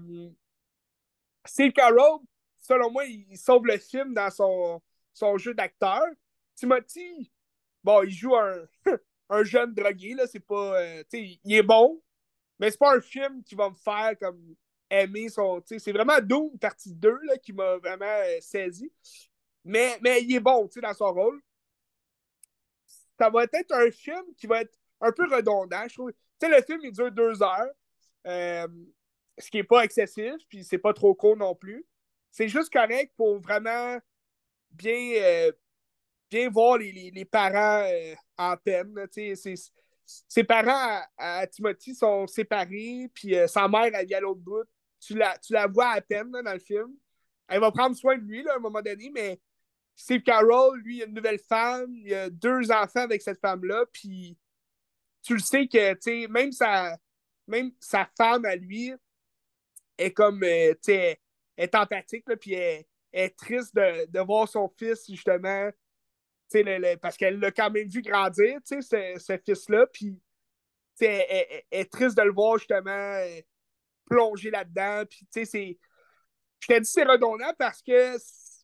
Steve Carell, selon moi, il, il sauve le film dans son, son jeu d'acteur. Timothy, bon, il joue un, un jeune drogué, là, c'est pas. Euh, tu sais, il est bon, mais c'est pas un film qui va me faire comme aimer son. Tu sais, c'est vraiment Doom partie deux là, qui m'a vraiment euh, saisi. Mais, mais il est bon, tu sais, dans son rôle. Ça va être un film qui va être un peu redondant, je trouve. Tu sais, le film, il dure deux heures. Euh, ce qui n'est pas excessif, puis c'est pas trop court non plus. C'est juste correct pour vraiment bien, euh, bien voir les, les, les parents euh, en peine. C'est, ses parents à, à Timothy sont séparés, puis euh, sa mère, elle vit à l'autre bout. Tu la, tu la vois à peine là, dans le film. Elle va prendre soin de lui là, à un moment donné, mais Steve Carroll, lui, il a une nouvelle femme, il a deux enfants avec cette femme-là, puis tu le sais que, tu sais, même sa, même sa femme à lui est comme, euh, tu sais, est empathique, là, puis elle, elle est triste de, de voir son fils, justement, le, le, parce qu'elle l'a quand même vu grandir, ce, ce fils-là, puis elle, elle, elle, est triste de le voir justement euh, plonger là-dedans. Puis, c'est... Je t'ai dit c'est redondant parce que.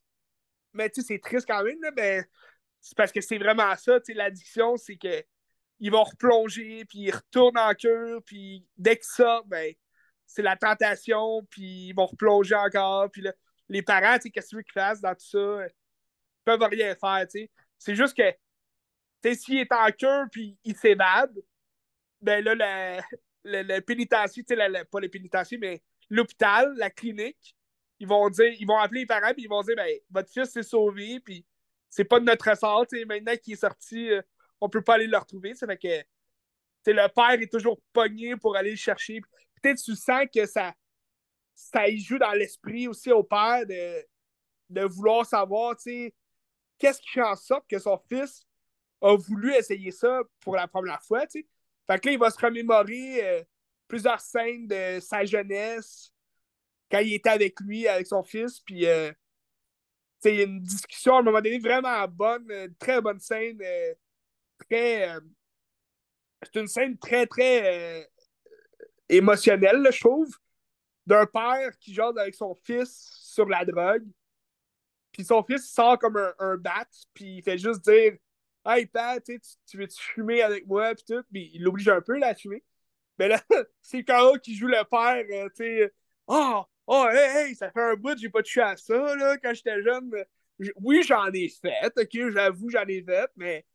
Mais tu sais, c'est triste quand même, là, ben, c'est parce que c'est vraiment ça. L'addiction, c'est que ils vont replonger, puis ils retournent en cure, puis dès que ça, ben, c'est la tentation, puis ils vont replonger encore. Puis là, les parents, qu'est-ce que tu veux qu'ils fassent dans tout ça? Ils peuvent rien faire. T'sais. C'est juste que s'il est en cure, puis il s'évade, ben là, le, le, le pénitencier, tu sais, la, la, pas le pénitencier, mais l'hôpital, la clinique, ils vont dire, ils vont appeler les parents, puis ils vont dire, ben, votre fils s'est sauvé, puis c'est pas de notre ressort, tu sais, maintenant qu'il est sorti, euh, on peut pas aller le retrouver, ça fait que, tu sais, le père est toujours pogné pour aller le chercher. Peut-être tu sens que ça, ça y joue dans l'esprit aussi au père de, de vouloir savoir, tu sais, qu'est-ce qui fait en sorte que son fils a voulu essayer ça pour la première fois, tu sais. Fait que là, il va se remémorer euh, plusieurs scènes de sa jeunesse quand il était avec lui, avec son fils, puis euh, il y a une discussion à un moment donné vraiment bonne, une très bonne scène, euh, très... Euh, c'est une scène très, très euh, émotionnelle, là, je trouve, d'un père qui jase avec son fils sur la drogue, puis son fils il sort comme un, un bat, puis il fait juste dire Hey, Pat, tu, tu veux-tu fumer avec moi? Puis tout. Puis il l'oblige un peu là, à fumer. Mais là, c'est Carl qui joue le père, euh, tu sais. Oh, oh, hey, hey, ça fait un bout que j'ai pas touché à ça, là, quand j'étais jeune. Oui, j'en ai fait, ok, j'avoue, j'en ai fait, mais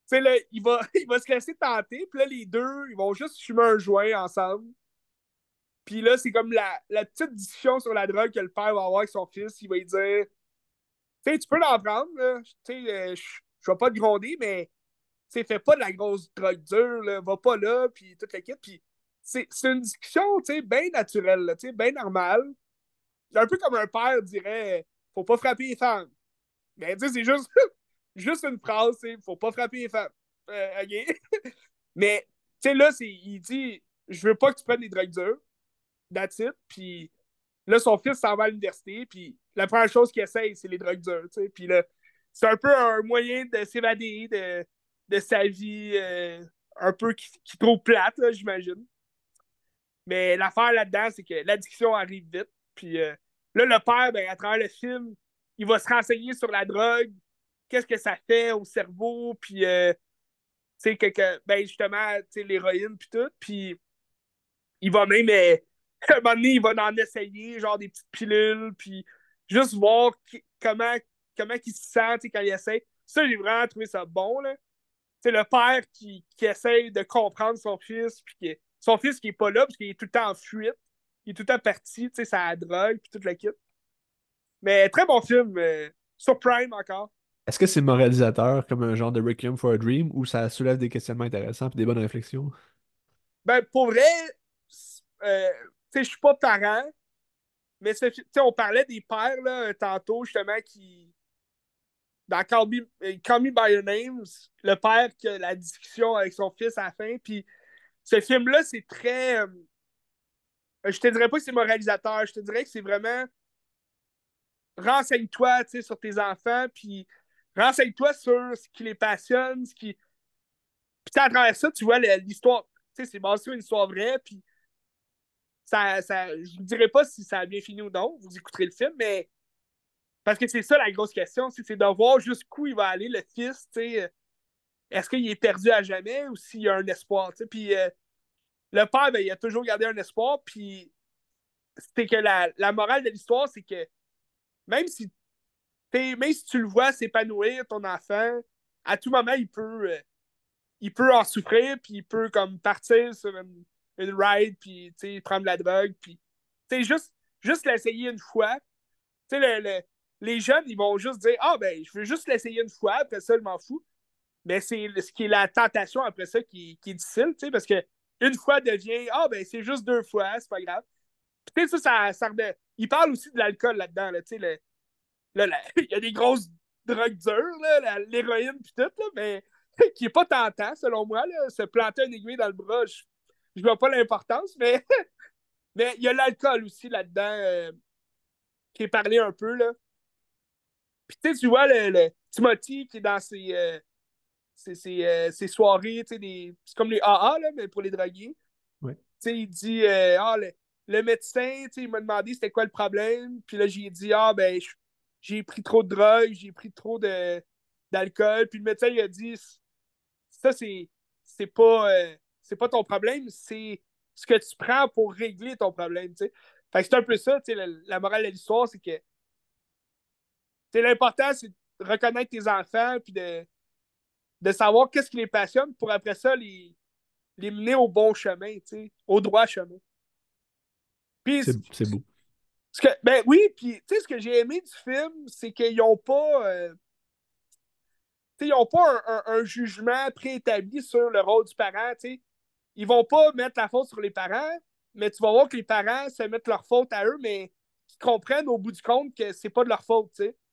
sais, là, il va, il va se laisser tenter, puis là, les deux, ils vont juste fumer un joint ensemble. Puis là, c'est comme la, la petite discussion sur la drogue que le père va avoir avec son fils. Il va lui dire, tu sais, tu peux l'en prendre, là. Tu sais, euh, je je vais pas te gronder, mais tu sais, fais pas de la grosse drogue dure, là. Va pas là, puis toute la kit. Puis c'est c'est une discussion, tu sais, bien naturelle, là, tu sais, bien normale. Un peu comme un père dirait, faut pas frapper les femmes. Mais tu sais, c'est juste, juste une phrase, tu sais, faut pas frapper les femmes. Euh, OK? Mais, tu sais, là, c'est, il dit, je veux pas que tu prennes des drogues dures. That's it. Puis là, son fils s'en va à l'université, puis la première chose qu'il essaye, c'est les drogues dures, tu sais. Puis là, c'est un peu un moyen de s'évader de, de sa vie euh, un peu qui, qui trouve plate, là, j'imagine. Mais l'affaire là-dedans, c'est que l'addiction arrive vite. Puis euh, là, le père, ben, à travers le film, il va se renseigner sur la drogue, qu'est-ce que ça fait au cerveau, puis euh, tu sais, que, que, ben, justement, tu sais, l'héroïne, puis tout. Puis il va même, euh, à un moment donné, il va en essayer, genre des petites pilules, puis juste voir qui- comment, comment il se sent, tu sais, quand il essaie. Ça, j'ai vraiment trouvé ça bon, là. C'est le père qui, qui essaye de comprendre son fils, puis qui, son fils qui est pas là, parce qu'il est tout le temps en fuite, il est tout le temps parti, tu sais, ça drogue, puis toute la kit. Mais très bon film, euh, sur Prime encore. Est-ce que c'est moralisateur comme un genre de Requiem for a Dream ou ça soulève des questionnements intéressants et des bonnes réflexions? Ben, pour vrai, euh, tu sais, je suis pas parent, mais tu sais, on parlait des pères, là, tantôt, justement, qui, dans Call Me, euh, Call Me By Your Names, le père qui a la discussion avec son fils à la fin, puis ce film-là, c'est très... euh, je te dirais pas que c'est moralisateur, je te dirais que c'est vraiment renseigne-toi sur tes enfants, puis renseigne-toi sur ce qui les passionne, ce qui. Puis à travers ça, tu vois l'histoire. C'est basé sur une histoire vraie, puis ça, ça, je ne dirais pas si ça a bien fini ou non, vous écouterez le film, mais parce que c'est ça la grosse question, c'est de voir jusqu'où il va aller, le fils, sais est-ce qu'il est perdu à jamais ou s'il y a un espoir, t'sais. Puis euh, le père, ben, il a toujours gardé un espoir, puis c'est que la, la morale de l'histoire, c'est que même si même si tu le vois s'épanouir, ton enfant, à tout moment, il peut, euh, il peut en souffrir, puis il peut comme partir sur une, une ride, puis prendre de la drogue, puis juste, juste l'essayer une fois. Le, le, les jeunes, ils vont juste dire ah, ben, je veux juste l'essayer une fois, après ça, je m'en fous. Mais c'est ce qui est la tentation après ça qui, qui est difficile, parce que une fois devient ah, ben, c'est juste deux fois, c'est pas grave. Puis, ça, ça, ça, il parle aussi de l'alcool là-dedans, là, tu sais, le, là, là, il y a des grosses drogues dures, là, l'héroïne puis tout, là, mais qui est pas tentant, selon moi. Là, se planter une aiguille dans le bras, je, je vois pas l'importance, mais mais il y a l'alcool aussi là-dedans euh, qui est parlé un peu. Là. Puis tu vois le, le Timothy qui est dans ses, euh, ses, ses, euh, ses soirées, des, c'est comme les A A, là, mais pour les drogués. Oui. Il dit euh, ah, le, le médecin, il m'a demandé c'était quoi le problème. Puis là, j'ai dit ah, ben, je, j'ai pris trop de drogue, j'ai pris trop de, d'alcool. Puis le médecin, il a dit ça, c'est, c'est, pas, euh, c'est pas ton problème, c'est ce que tu prends pour régler ton problème. T'sais. Fait que c'est un peu ça, la, la morale de l'histoire, c'est que l'important, c'est de reconnaître tes enfants puis de, de savoir qu'est-ce qui les passionne pour après ça les, les mener au bon chemin, au droit chemin. Puis, C'est beau. Ce que, ben oui, puis tu sais, ce que j'ai aimé du film, c'est qu'ils n'ont pas. Euh, ils n'ont pas un, un, un, jugement préétabli sur le rôle du parent. T'sais. Ils vont pas mettre la faute sur les parents, mais tu vas voir que les parents se mettent leur faute à eux, mais qu'ils comprennent au bout du compte que c'est pas de leur faute.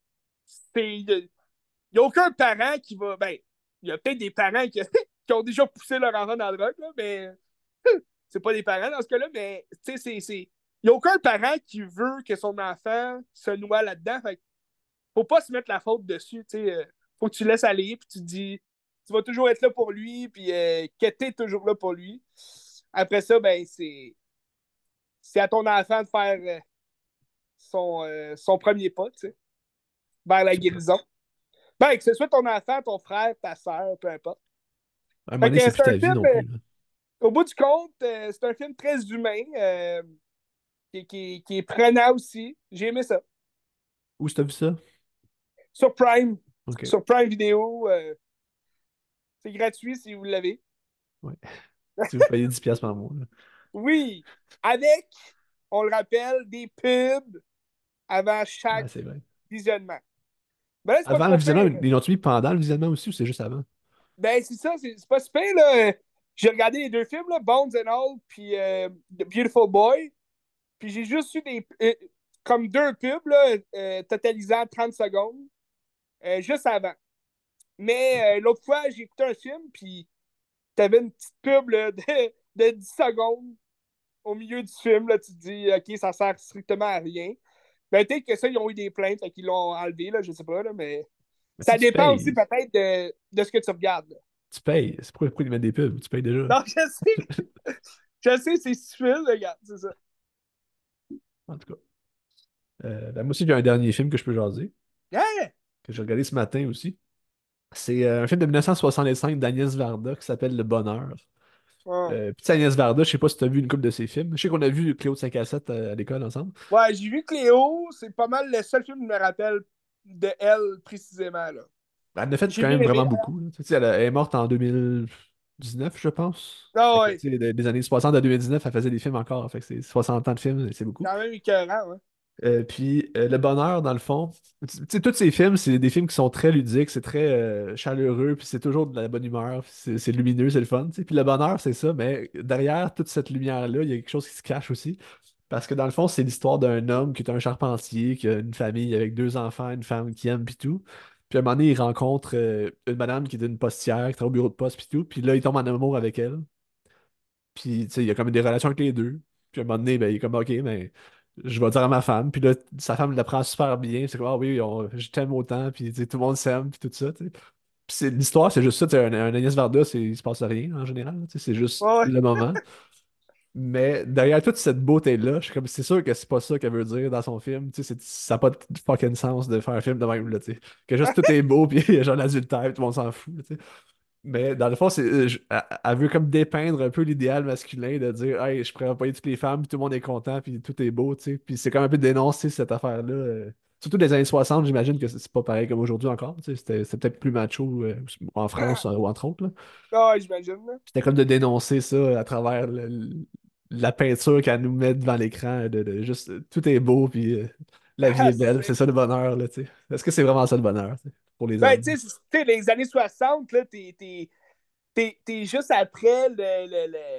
Il n'y a aucun parent qui va. Ben, il y a peut-être des parents qui, qui ont déjà poussé leur enfant dans la drogue, là, mais c'est pas des parents dans ce cas-là, mais tu sais, c'est. Il n'y a aucun parent qui veut que son enfant se noie là-dedans. Fait faut pas se mettre la faute dessus. Euh, faut que tu laisses aller, puis tu te dis, tu vas toujours être là pour lui, puis euh, que tu es toujours là pour lui. Après ça, ben, c'est, c'est à ton enfant de faire euh, son, euh, son premier pas, tu sais, vers la guérison. Ben, que ce soit ton enfant, ton frère, ta soeur, peu importe. À un moment Fait donné, que c'est plus c'est un ta vie film, non euh, plus. Là. au bout du compte, euh, c'est un film très humain, euh, qui, qui, qui est prenant aussi. J'ai aimé ça. Où t'as vu ça? Sur Prime. OK. Sur Prime Vidéo. Euh, C'est gratuit si vous l'avez. Ouais. Si vous payez dix piastres par mois, là. Oui, avec, on le rappelle, des pubs avant Ouais, chaque c'est vrai. visionnement. Ben là, c'est pas Avant le trop visionnement, pire. ils l'ont mis pendant le visionnement aussi ou c'est juste avant? Ben, c'est ça, c'est c'est pas super, là. J'ai regardé les deux films, là, Bones and All, puis euh, The Beautiful Boy, puis j'ai juste eu des, euh, comme deux pubs, là, euh, totalisant trente secondes, euh, juste avant. Mais euh, l'autre fois, j'ai écouté un film, puis t'avais une petite pub là, de, de dix secondes au milieu du film. Là, tu te dis, OK, ça sert strictement à rien. Ben, peut-être que ça, ils ont eu des plaintes, fait qu'ils l'ont enlevé, là, je sais pas, là, mais Mais tu sais, ça tu dépend aussi payes. peut-être de, de ce que tu regardes. Là. Tu payes. C'est pourquoi, pourquoi ils mettent des pubs? Tu payes déjà. Donc, je sais, je sais, c'est stupide, regarde, c'est ça. En tout cas. Euh, ben, moi aussi, j'ai un dernier film que je peux jaser, Yeah! que j'ai regardé ce matin aussi. C'est euh, un film de mille neuf cent soixante-cinq d'Agnès Varda qui s'appelle Le Bonheur. Ouais, Euh, puis tu sais, Agnès Varda, je sais pas si tu as vu une couple de ses films. Je sais qu'on a vu Cléo de cinq à sept à, à l'école ensemble. ouais j'ai vu Cléo, c'est pas mal le seul film que je me rappelle de elle précisément. Là. Ben, elle en a fait J'ai quand bien même aimé. vraiment beaucoup, là. Tu sais, elle, elle est morte en deux mille dix-neuf, je pense. Fait Ah que, ouais, tu sais, des des années soixante à deux mille dix-neuf, elle faisait des films encore. Fait que c'est soixante ans de films, c'est beaucoup. quand même écœurant. Ouais. Euh, puis euh, Le Bonheur, dans le fond, tu tu sais, tous ces films, c'est des films qui sont très ludiques, c'est très euh, chaleureux, puis c'est toujours de la bonne humeur, puis c'est c'est lumineux, c'est le fun, tu sais. Puis Le Bonheur, c'est ça, mais derrière toute cette lumière-là, il y a quelque chose qui se cache aussi. Parce que dans le fond, c'est l'histoire d'un homme qui est un charpentier, qui a une famille avec deux enfants, une femme qui aime, puis tout. Puis à un moment donné, il rencontre euh, une madame qui est une postière, qui travaille au bureau de poste, puis tout. Puis là, il tombe en amour avec elle. Puis, tu sais, il y a comme des relations avec les deux. Puis à un moment donné, ben, il est comme, OK, mais je vais dire à ma femme. Puis là, sa femme la prend super bien. C'est comme, ah oui, on- je t'aime autant. Puis, tu sais, tout le monde s'aime. Puis tout ça, tu sais. Puis c'est- l'histoire, c'est juste ça. Tu sais, un, un Agnès Varda, c'est, il se passe rien en général. Tu sais, c'est juste Ouais, le moment. Mais derrière toute cette beauté-là, je suis comme, c'est sûr que c'est pas ça qu'elle veut dire dans son film. Tu sais, c'est- ça n'a pas de fucking sens de faire un film de même, là, tu sais. Que juste tout est beau, puis genre l'adultère, tout le monde s'en fout, tu sais. Mais dans le fond, c'est, euh, je- elle, elle veut comme dépeindre un peu l'idéal masculin de dire, hey, je pourrais employer toutes les femmes, puis tout le monde est content, puis tout est beau, tu sais. Puis c'est comme un peu dénoncer cette affaire-là. euh. Surtout des années soixante, j'imagine que c'est c'est pas pareil comme aujourd'hui encore, tu sais. C'était c'était peut-être plus macho euh, en France, euh, ou entre autres, là. ah, j'imagine. Là. C'était comme de dénoncer ça à travers le- le- la peinture qu'elle nous met devant l'écran, de, de juste, euh, tout est beau, puis euh, la vie Ah, est belle, c'est c'est- ça le bonheur, là, tu sais. Est-ce que c'est vraiment ça le bonheur, tu sais, pour les ben, hommes? tu sais, c'est- tu sais, les années soixante, là, t'es, t'es, t'es, t'es juste après le, le, le,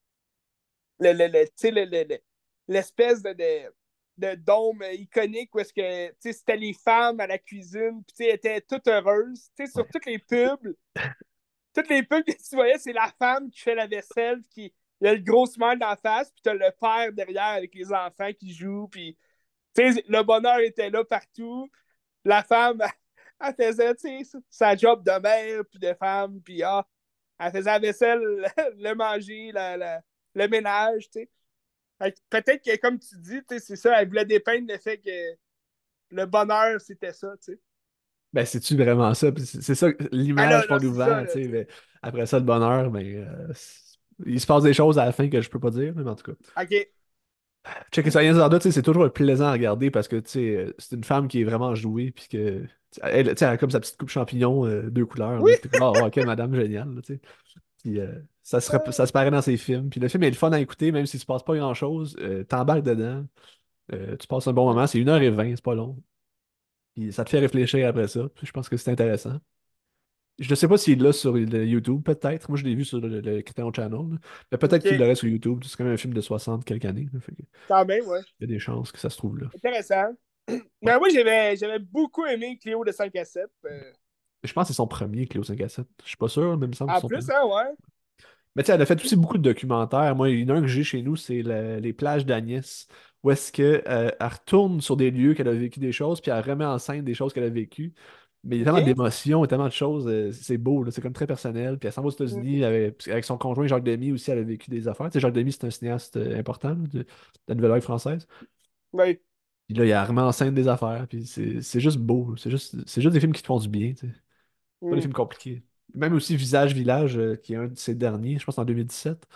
le, le, le- tu sais, le- le- le- l'espèce de, de, de dôme iconique où est-ce que, tu sais, c'était les femmes à la cuisine, puis tu sais, elles étaient toutes heureuses. Tu sais, sur Ouais. toutes les pubs, toutes les pubs que tu voyais, c'est la femme qui fait la vaisselle, puis qui il y a le gros smile d'en face, puis t'as le père derrière avec les enfants qui jouent, puis tu sais, le bonheur était là partout. La femme, elle faisait, tu sais, sa job de mère, puis de femme, puis ah, elle faisait la vaisselle, le manger, la, la- le ménage, tu sais. Peut-être que, comme tu dis, tu sais, c'est ça, elle voulait dépeindre le fait que le bonheur, c'était ça, tu sais. Ben, c'est-tu vraiment ça? Puis C'est c'est ça, Ah là, l'image qu'on là, nous c'est ça, vend, tu là, sais. tu sais. Mais après ça, le bonheur, ben, euh, c'est- il se passe des choses à la fin que je peux pas dire, mais en tout cas. OK. Checker Science Zarda, tu sais, c'est toujours plaisant à regarder parce que, tu sais, euh, c'est une femme qui est vraiment jouée, puis que, elle, tu sais, elle a comme sa petite coupe champignon, euh, deux couleurs, Oui! là. Puis t'es comme, oh, ok, madame, génial, là, tu sais. Puis euh, ça se, rep- ça se paraît dans ses films. Puis le film est le fun à écouter, même s'il se passe pas grand-chose. Euh, t'embarques dedans, euh, tu passes un bon moment, c'est une heure et vingt, c'est pas long. Puis ça te fait réfléchir après ça. Puis je pense que c'est intéressant. Je ne sais pas s'il l'a sur le YouTube, peut-être. Moi, je l'ai vu sur le, le Criterion Channel, là. Mais peut-être qu'il OK. l'aurait sur YouTube. C'est quand même un film de soixante quelques années, là. Fait que Quand même, ouais. il y a des chances que ça se trouve là. Intéressant. Ouais. Mais moi, j'avais, j'avais beaucoup aimé Cléo de cinq à sept. euh, Je pense que c'est son premier, Cléo cinq à sept. Je suis pas sûr, mais il me semble que En c'est son plus, premier. hein, ouais. Mais tu sais, elle a fait aussi beaucoup de documentaires. Moi, il y en a un que j'ai chez nous, c'est le- les plages d'Agnès, où est-ce que, euh, elle retourne sur des lieux qu'elle a vécu des choses, puis elle remet en scène des choses qu'elle a vécues. Mais il y a tellement OK. d'émotions, tellement de choses, euh, c'est beau, là, c'est comme très personnel. Puis elle s'en va aux Mm. États-Unis avec, avec son conjoint Jacques Demy aussi, elle a vécu des affaires. Tu sais, Jacques Demy, c'est un cinéaste euh, important là, de, de la nouvelle vague française. Oui. Puis là, il a remis en scène des affaires, puis c'est c'est juste beau. C'est juste, c'est juste des films qui te font du bien, tu sais. Pas des Mm. films compliqués. Même aussi Visage Village, euh, qui est un de ses derniers, je pense en deux mille dix-sept.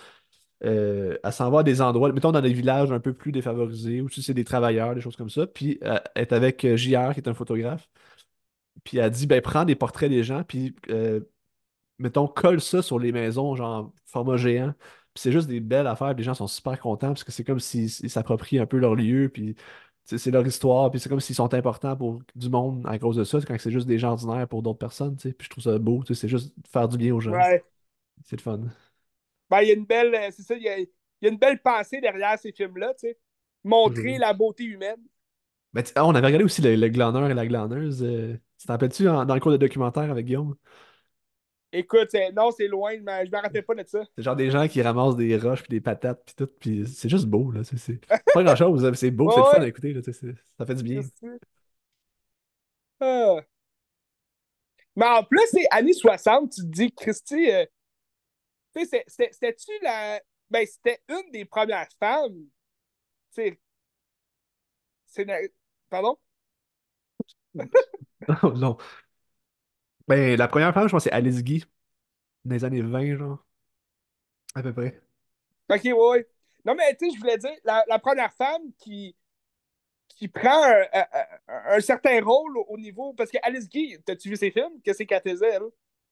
Euh, elle s'en va à des endroits, mettons dans des villages un peu plus défavorisés, où tu sais, c'est des travailleurs, des choses comme ça. Puis euh, elle est avec euh, J R, qui est un photographe. Puis elle dit, ben, prends des portraits des gens, puis euh, mettons, colle ça sur les maisons, genre format géant. Puis c'est juste des belles affaires, puis les gens sont super contents parce que c'est comme s'ils ils s'approprient un peu leur lieu, puis c'est c'est leur histoire, puis c'est comme s'ils sont importants pour du monde à cause de ça, quand c'est juste des gens ordinaires pour d'autres personnes, tu sais. Puis je trouve ça beau, tu sais, c'est juste faire du bien aux gens. Ouais. C'est le fun. Ben, il y a une belle, euh, c'est ça, il y a, il y a une belle pensée derrière ces films-là, tu sais. Montrer Toujours. la beauté humaine. Ben, tu- ah, on avait regardé aussi le, le glaneur et la glaneuse. Euh, tu t'en rappelles-tu en- dans le cours de documentaire avec Guillaume? Écoute, c'est- non, c'est loin, mais je me rappelle pas de ça. C'est genre des gens qui ramassent des roches puis des patates puis tout, puis c'est juste beau, là. C'est c'est- pas grand-chose, hein, c'est beau, Ouais, c'est le fun à ouais, écouter, là, tu sais, c'est- ça fait du bien. Christy. Ah. Mais en plus, c'est années soixante, tu te dis, Christy, euh, tu sais, c'est- c'était- c'était-tu la. Ben, c'était une des premières femmes. Tu sais, c'est. la- Pardon? Non, non. Ben, la première femme, je pense, c'est Alice Guy, dans les années vingt genre, à peu près. Ok, ouais, ouais. Non, mais tu sais, je voulais dire, la, la première femme qui, qui prend un, un- un- un certain rôle au, au niveau. Parce que Alice Guy, t'as-tu vu ses films? Qu'est-ce qu'elle faisait, elle?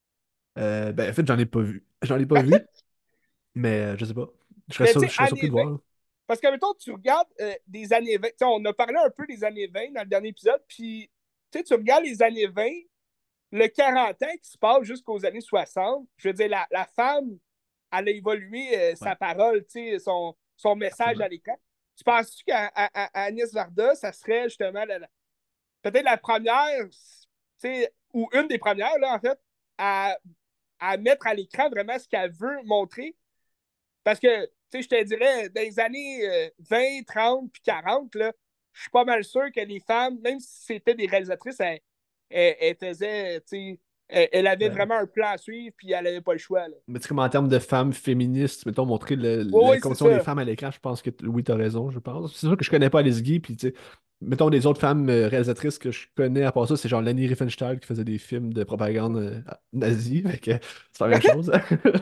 Euh, ben, en fait, j'en ai pas vu. J'en ai pas vu, mais euh, je sais pas. Je serais, Mais tu sur- sais, je serais surpris années de vingt. voir, là. Parce que, mettons, tu regardes euh, des années vingt. Tu sais, on a parlé un peu des années vingt dans le dernier épisode. Puis, tu sais, tu regardes les années vingt, le quarante ans qui se passe jusqu'aux années soixante. Je veux dire, la, la femme, elle a évolué euh, Ouais, sa parole, tu sais, son, son message absolument. à l'écran. Tu penses-tu qu'à à- à- à Agnès Varda, ça serait justement la- la- peut-être la première, tu sais, ou une des premières, là, en fait, à, à mettre à l'écran vraiment ce qu'elle veut montrer? Parce que, tu sais, je te dirais, dans les années euh, vingt, trente puis quarante, là, je suis pas mal sûr que les femmes, même si c'était des réalisatrices, elles, elles, elles faisaient, tu sais, elles, elles avaient Ben, vraiment un plan à suivre, puis elles n'avaient pas le choix, là. mais tu sais, comme en termes de femmes féministes, mettons, montrer le- Oui, la oui, c'est condition des ça. femmes à l'écran, je pense que t- oui, t'as raison, je pense. C'est sûr que je connais pas Alice Guy, puis tu sais, mettons des autres femmes euh, réalisatrices que je connais à part ça, c'est genre Leni Riefenstahl qui faisait des films de propagande euh, nazie, fait que c'est la même chose.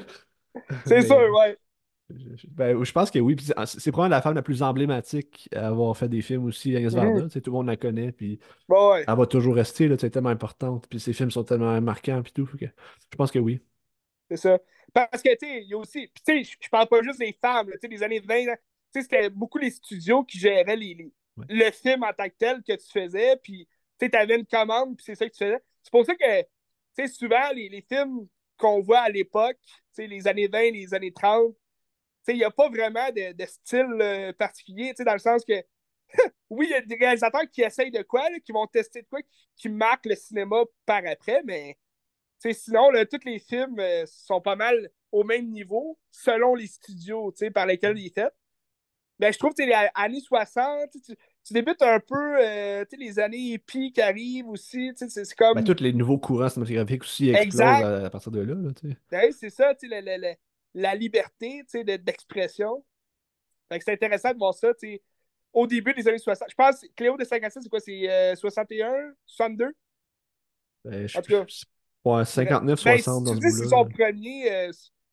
C'est sûr, Mais ouais. je, je- ben, je pense que oui, puis c'est c'est probablement la femme la plus emblématique à avoir fait des films aussi, Agnès Varda, Mhm. tu sais, tout le monde la connaît, puis Bon, ouais, elle va toujours rester, là, tu sais, tellement importante, puis ses films sont tellement marquants, puis tout, fait que je pense que oui. c'est ça. Parce que, tu sais, il y a aussi, puis tu sais, je je parle pas juste des femmes, là, tu sais, des années vingt, là, tu sais, c'était beaucoup les studios qui géraient les, les- Ouais. le film en tant que tel que tu faisais, puis tu sais, t'avais une commande, puis c'est ça que tu faisais. C'est pour ça que, tu sais, souvent, les, les films qu'on voit à l'époque, tu sais, les années vingt, les années trente, tu sais, il n'y a pas vraiment de, de style euh, particulier, tu sais, dans le sens que, oui, il y a des réalisateurs qui essayent de quoi, là, qui vont tester de quoi, qui, qui marquent le cinéma par après, mais tu sais, sinon, là, tous les films euh, sont pas mal au même niveau selon les studios tu sais, par lesquels ils sont faits. Ben, je trouve que les années soixante, tu, tu débutes un peu euh, tu sais, les années hippies qui arrivent aussi. tu sais, C'est c'est Ben, comme tous les nouveaux courants cinématographiques aussi explosent exact. à, à partir de là, là, tu sais. Ben, c'est ça, tu sais, la, la, la, la liberté tu sais, de- d'expression. Fait que c'est intéressant de voir ça. tu sais, Au début des années soixante. Je pense que Cléo de cinquante-sept, c'est quoi? C'est euh, soixante et un, soixante-deux? Ben, je, En tout cas, ouais, bref. cinquante-neuf Ben, si soixante dans tu ce dis que c'est bout-là, son là. premier, euh,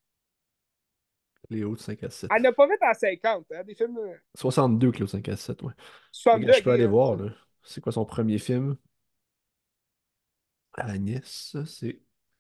Léo de cinq à sept. elle n'a pas fait en cinquante, hein, des films euh, soixante-deux, Clos cinq à sept, ouais. Regarde, soixante-deux, je ok. peux aller Hein, voir, ouais. là. C'est quoi son premier film? Agnès, ça, c'est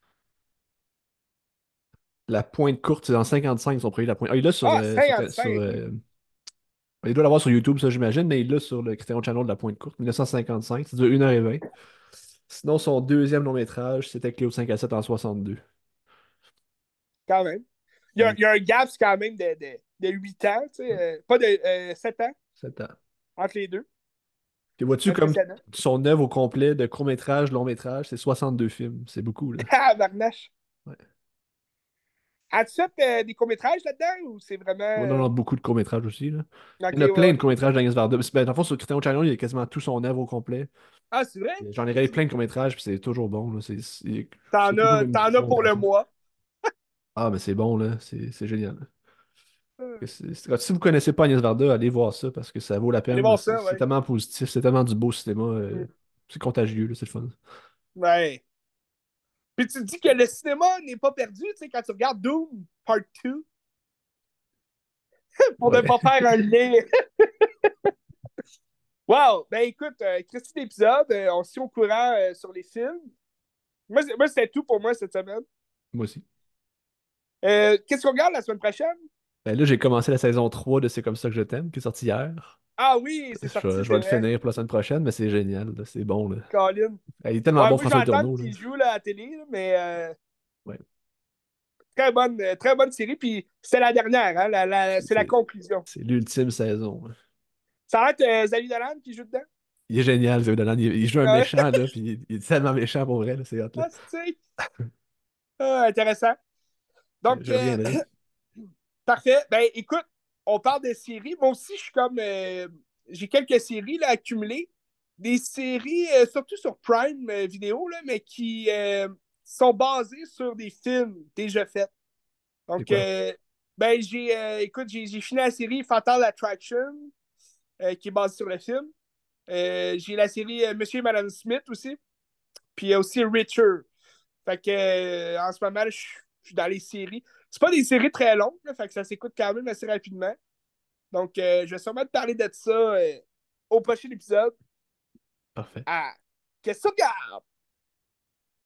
La Pointe Courte, c'est en cinquante-cinq son premier La Pointe. Ah, il l'a sur, Ah, euh, sur, sur, cinquante-cinq, ok. euh, il doit l'avoir sur YouTube, ça, j'imagine, mais il l'a sur le Criterion Channel de La Pointe Courte, mille neuf cent cinquante-cinq, ça dure une heure et vingt. Sinon, son deuxième long métrage, c'était Cléo de cinq à sept en soixante-deux. Quand même. Il y a, Mm. il y a un gap c'est quand même de, de, de huit ans, tu sais, Ouais, euh, pas de euh, sept ans sept ans. entre les deux, Puis vois-tu un comme précédent. son œuvre au complet de court-métrage, long-métrage, c'est soixante-deux films. C'est beaucoup, là. Ah, Barnache. Ouais. As-tu fait euh, des courts-métrages là-dedans ou c'est vraiment. Ouais, non, euh, non, beaucoup de courts-métrages aussi, là. Ok, Il y en a ouais, plein ouais. de courts-métrages d'Agnès Varda. Ben, dans le fond, sur Criterion Channel, il y a quasiment tout son œuvre au complet. Ah, c'est vrai? J'en ai regardé plein de courts-métrages, puis c'est toujours bon, là. C'est c'est- c'est T'en toujours as, une t'en as vision pour le intéressante. mois. Ah, mais c'est bon, là. C'est c'est génial. Euh, C'est- c'est- Si vous connaissez pas Agnès Varda, allez voir ça, parce que ça vaut la Allez peine, là. voir C'est ça, c'est ouais. tellement positif, c'est tellement du beau cinéma. euh, Mm. C'est contagieux, là, c'est le fun. Ouais. Puis tu te dis que le cinéma n'est pas perdu, tu sais, quand tu regardes Doom Part deux, pour ne Ouais. pas faire un lien. Wow! Ben écoute, euh, Christy d'épisode, euh, on se tient au courant euh, sur les films. Moi, c'est- moi, c'était tout pour moi cette semaine. Moi aussi. Euh, qu'est-ce qu'on regarde la semaine prochaine? Ben là, j'ai commencé la saison trois de C'est comme ça que je t'aime, qui est sortie hier. Ah oui, c'est Je, sorti, vais je vais c'est le vrai. finir pour la semaine prochaine, mais c'est génial, là. C'est bon, là. Colin. Il est tellement Ouais, bon, moi, François j'entends Letourneau, là. qu'il joue là, à la télé, là, mais euh, Ouais. très bonne, euh, très bonne série. Puis c'est la dernière, hein, la- la- C'est c'est la c'est- conclusion. c'est l'ultime saison, hein. Ça va être euh, Xavier Dolan qui joue dedans? Il est génial, Zoé Dolan. Il, il joue un Ouais. méchant, là, puis il, il est tellement méchant pour vrai, là. C'est hot, là. Ah, c'est ah, intéressant. Donc, Je euh, reviendrai. parfait. Ben, écoute, on parle de séries. Moi aussi, je suis comme. euh, j'ai quelques séries là, accumulées. Des séries, euh, surtout sur Prime euh, Vidéo, là, mais qui euh, sont basées sur des films déjà faits. C'est Donc, quoi? euh, ben, j'ai. euh, écoute, j'ai j'ai fini la série Fatal Attraction, euh, qui est basée sur le film. Euh, j'ai la série euh, Monsieur et Madame Smith aussi. Puis il y a aussi Richard. Fait que euh, en ce moment, je je suis dans les séries. C'est pas des séries très longues, là, fait que ça s'écoute quand même assez rapidement. Donc, euh, je vais sûrement te parler de ça euh, au prochain épisode. Parfait. Ah, qu'est-ce que tu regardes?